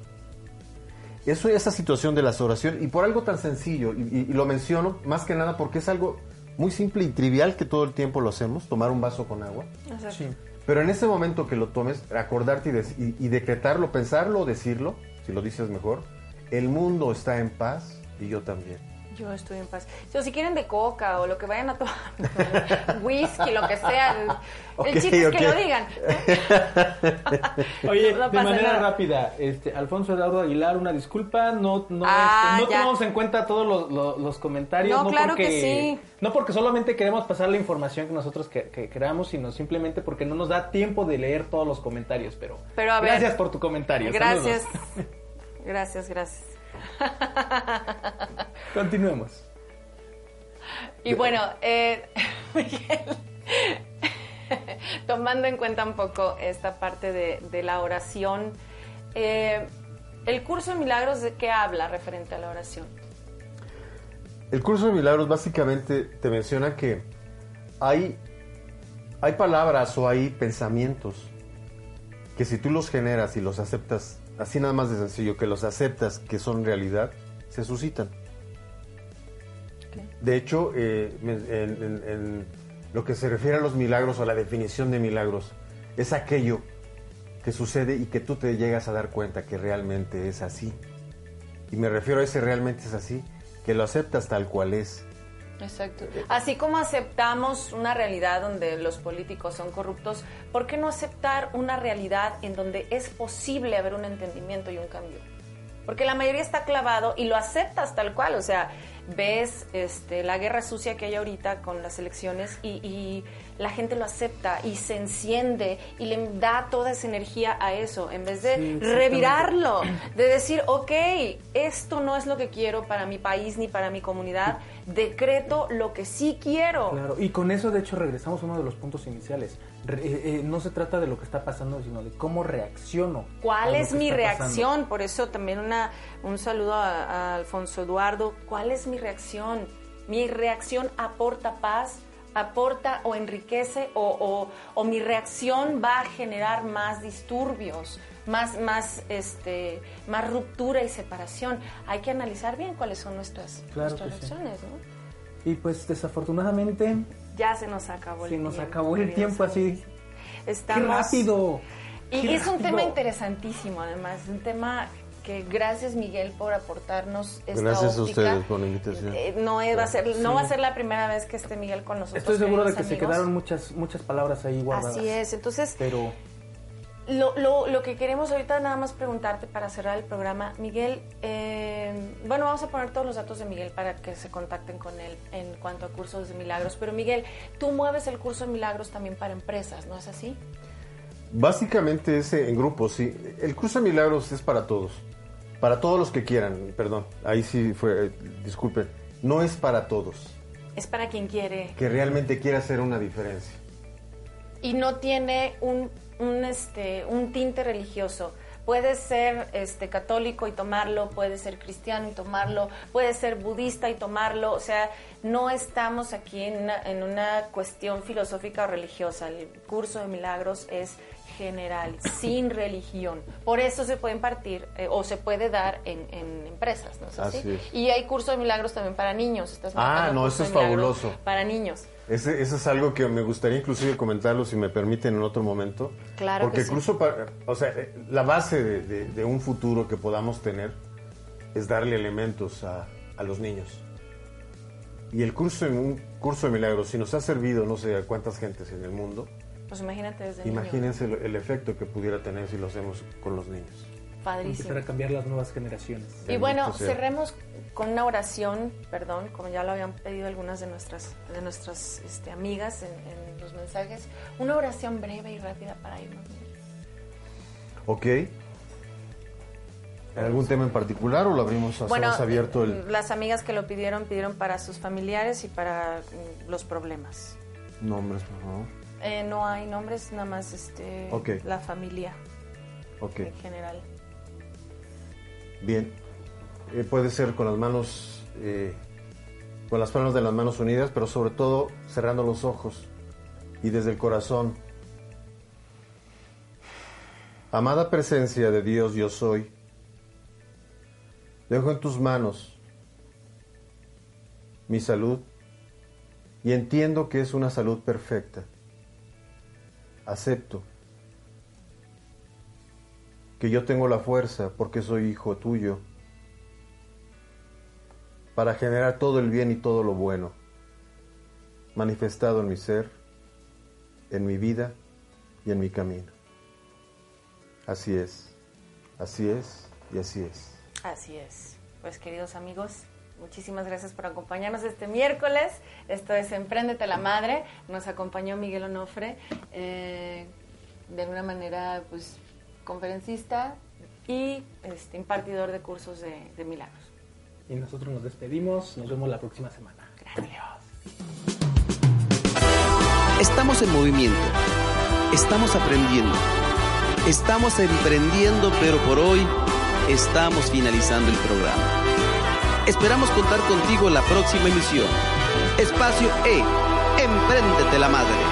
Esa situación de la oración, y por algo tan sencillo, y lo menciono más que nada porque es algo muy simple y trivial que todo el tiempo lo hacemos, tomar un vaso con agua. Sí. Pero en ese momento que lo tomes, acordarte y decretarlo, pensarlo o decirlo, si lo dices mejor, el mundo está en paz y yo también. Yo estoy en paz. O si quieren de coca o lo que vayan a tomar, whisky, lo que sea, el chiste es que lo digan. Oye, no de manera nada. rápida, Alfonso Eduardo Aguilar, una disculpa, no tomamos en cuenta todos los comentarios. No, claro que sí. No porque solamente queremos pasar la información que nosotros queramos, sino simplemente porque no nos da tiempo de leer todos los comentarios, pero a ver, gracias por tu comentario. Gracias. Saludos. Gracias. Continuemos. Y bueno, Miguel, tomando en cuenta un poco esta parte de la oración, ¿El curso de milagros de qué habla referente a la oración? El curso de milagros básicamente te menciona que hay palabras o hay pensamientos que si tú los generas y los aceptas, así nada más de sencillo, que los aceptas que son realidad, se suscitan. Okay. De hecho, en lo que se refiere a los milagros o a la definición de milagros, es aquello que sucede y que tú te llegas a dar cuenta que realmente es así. Y me refiero a ese realmente es así, que lo aceptas tal cual es. Exacto. Así como aceptamos una realidad donde los políticos son corruptos, ¿por qué no aceptar una realidad en donde es posible haber un entendimiento y un cambio? Porque la mayoría está clavado y lo aceptas tal cual, o sea, ves la guerra sucia que hay ahorita con las elecciones y la gente lo acepta y se enciende y le da toda esa energía a eso, en vez de revirarlo, de decir, ok, esto no es lo que quiero para mi país ni para mi comunidad, decreto lo que sí quiero. Claro, y con eso de hecho regresamos a uno de los puntos iniciales. No se trata de lo que está pasando, sino de cómo reacciono. ¿Cuál es mi reacción? Pasando. Por eso también un saludo a Alfonso Eduardo. ¿Cuál es mi reacción? Mi reacción aporta paz, aporta o enriquece o mi reacción va a generar más disturbios, más ruptura y separación. Hay que analizar bien cuáles son nuestras reacciones, ¿no? Y pues desafortunadamente ya se nos acabó el tiempo. Se nos acabó el tiempo así. Estamos... ¡Qué rápido! Y es un tema interesantísimo, además, un tema que gracias Miguel por aportarnos esta gracias óptica. A ustedes por la invitación. No va a ser la primera vez que esté Miguel con nosotros. Estoy seguro de que amigos. Se quedaron muchas palabras ahí guardadas. Así es, entonces pero lo que queremos ahorita nada más preguntarte para cerrar el programa, Miguel, vamos a poner todos los datos de Miguel para que se contacten con él en cuanto a cursos de milagros, pero Miguel, tú mueves el curso de milagros también para empresas, ¿no es así? Básicamente es en grupos, sí. El curso de milagros es para todos los que quieran, perdón, ahí sí fue, disculpen, no es para todos. Es para quien quiere. Que realmente quiere hacer una diferencia. Y no tiene un tinte religioso. Puedes ser católico y tomarlo, puedes ser cristiano y tomarlo, puedes ser budista y tomarlo, o sea, no estamos aquí en una cuestión filosófica o religiosa. El curso de milagros es general, sin religión. Por eso se puede impartir o se puede dar en empresas, ¿no es así? Así es. Y hay curso de milagros también para niños. Eso es fabuloso. Para niños. Eso es algo que me gustaría inclusive comentarlo, si me permiten, en otro momento. Claro. Porque que sí. Incluso, la base de un futuro que podamos tener es darle elementos a los niños. Y un curso de milagros, si nos ha servido no sé a cuántas gentes en el mundo, pues imagínense el efecto que pudiera tener si lo hacemos con los niños. Padrísimo. Empezar a cambiar las nuevas generaciones. Y bueno, cerremos con una oración, como ya lo habían pedido algunas de nuestras amigas en los mensajes, una oración breve y rápida para irnos. Ok. ¿Algún tema en particular o lo abrimos abierto? Las amigas que lo pidieron para sus familiares y para los problemas. Nombres, por favor. No hay nombres, nada más okay. La familia en general. Bien, puede ser con las manos, con las palmas de las manos unidas, pero sobre todo cerrando los ojos y desde el corazón. Amada presencia de Dios, yo soy. Dejo en tus manos mi salud y entiendo que es una salud perfecta. Acepto que yo tengo la fuerza, porque soy hijo tuyo, para generar todo el bien y todo lo bueno, manifestado en mi ser, en mi vida y en mi camino. Así es y así es. Así es. Pues queridos amigos, muchísimas gracias por acompañarnos este miércoles. Esto es Empréndete la Madre. Nos acompañó Miguel Onofre, de alguna manera, pues, conferencista y impartidor de cursos de milagros. Y nosotros nos despedimos. Nos vemos la próxima semana. Gracias. Estamos en movimiento. Estamos aprendiendo. Estamos emprendiendo, pero por hoy estamos finalizando el programa. Esperamos contar contigo en la próxima emisión. Espacio E, Empréndete la Madre.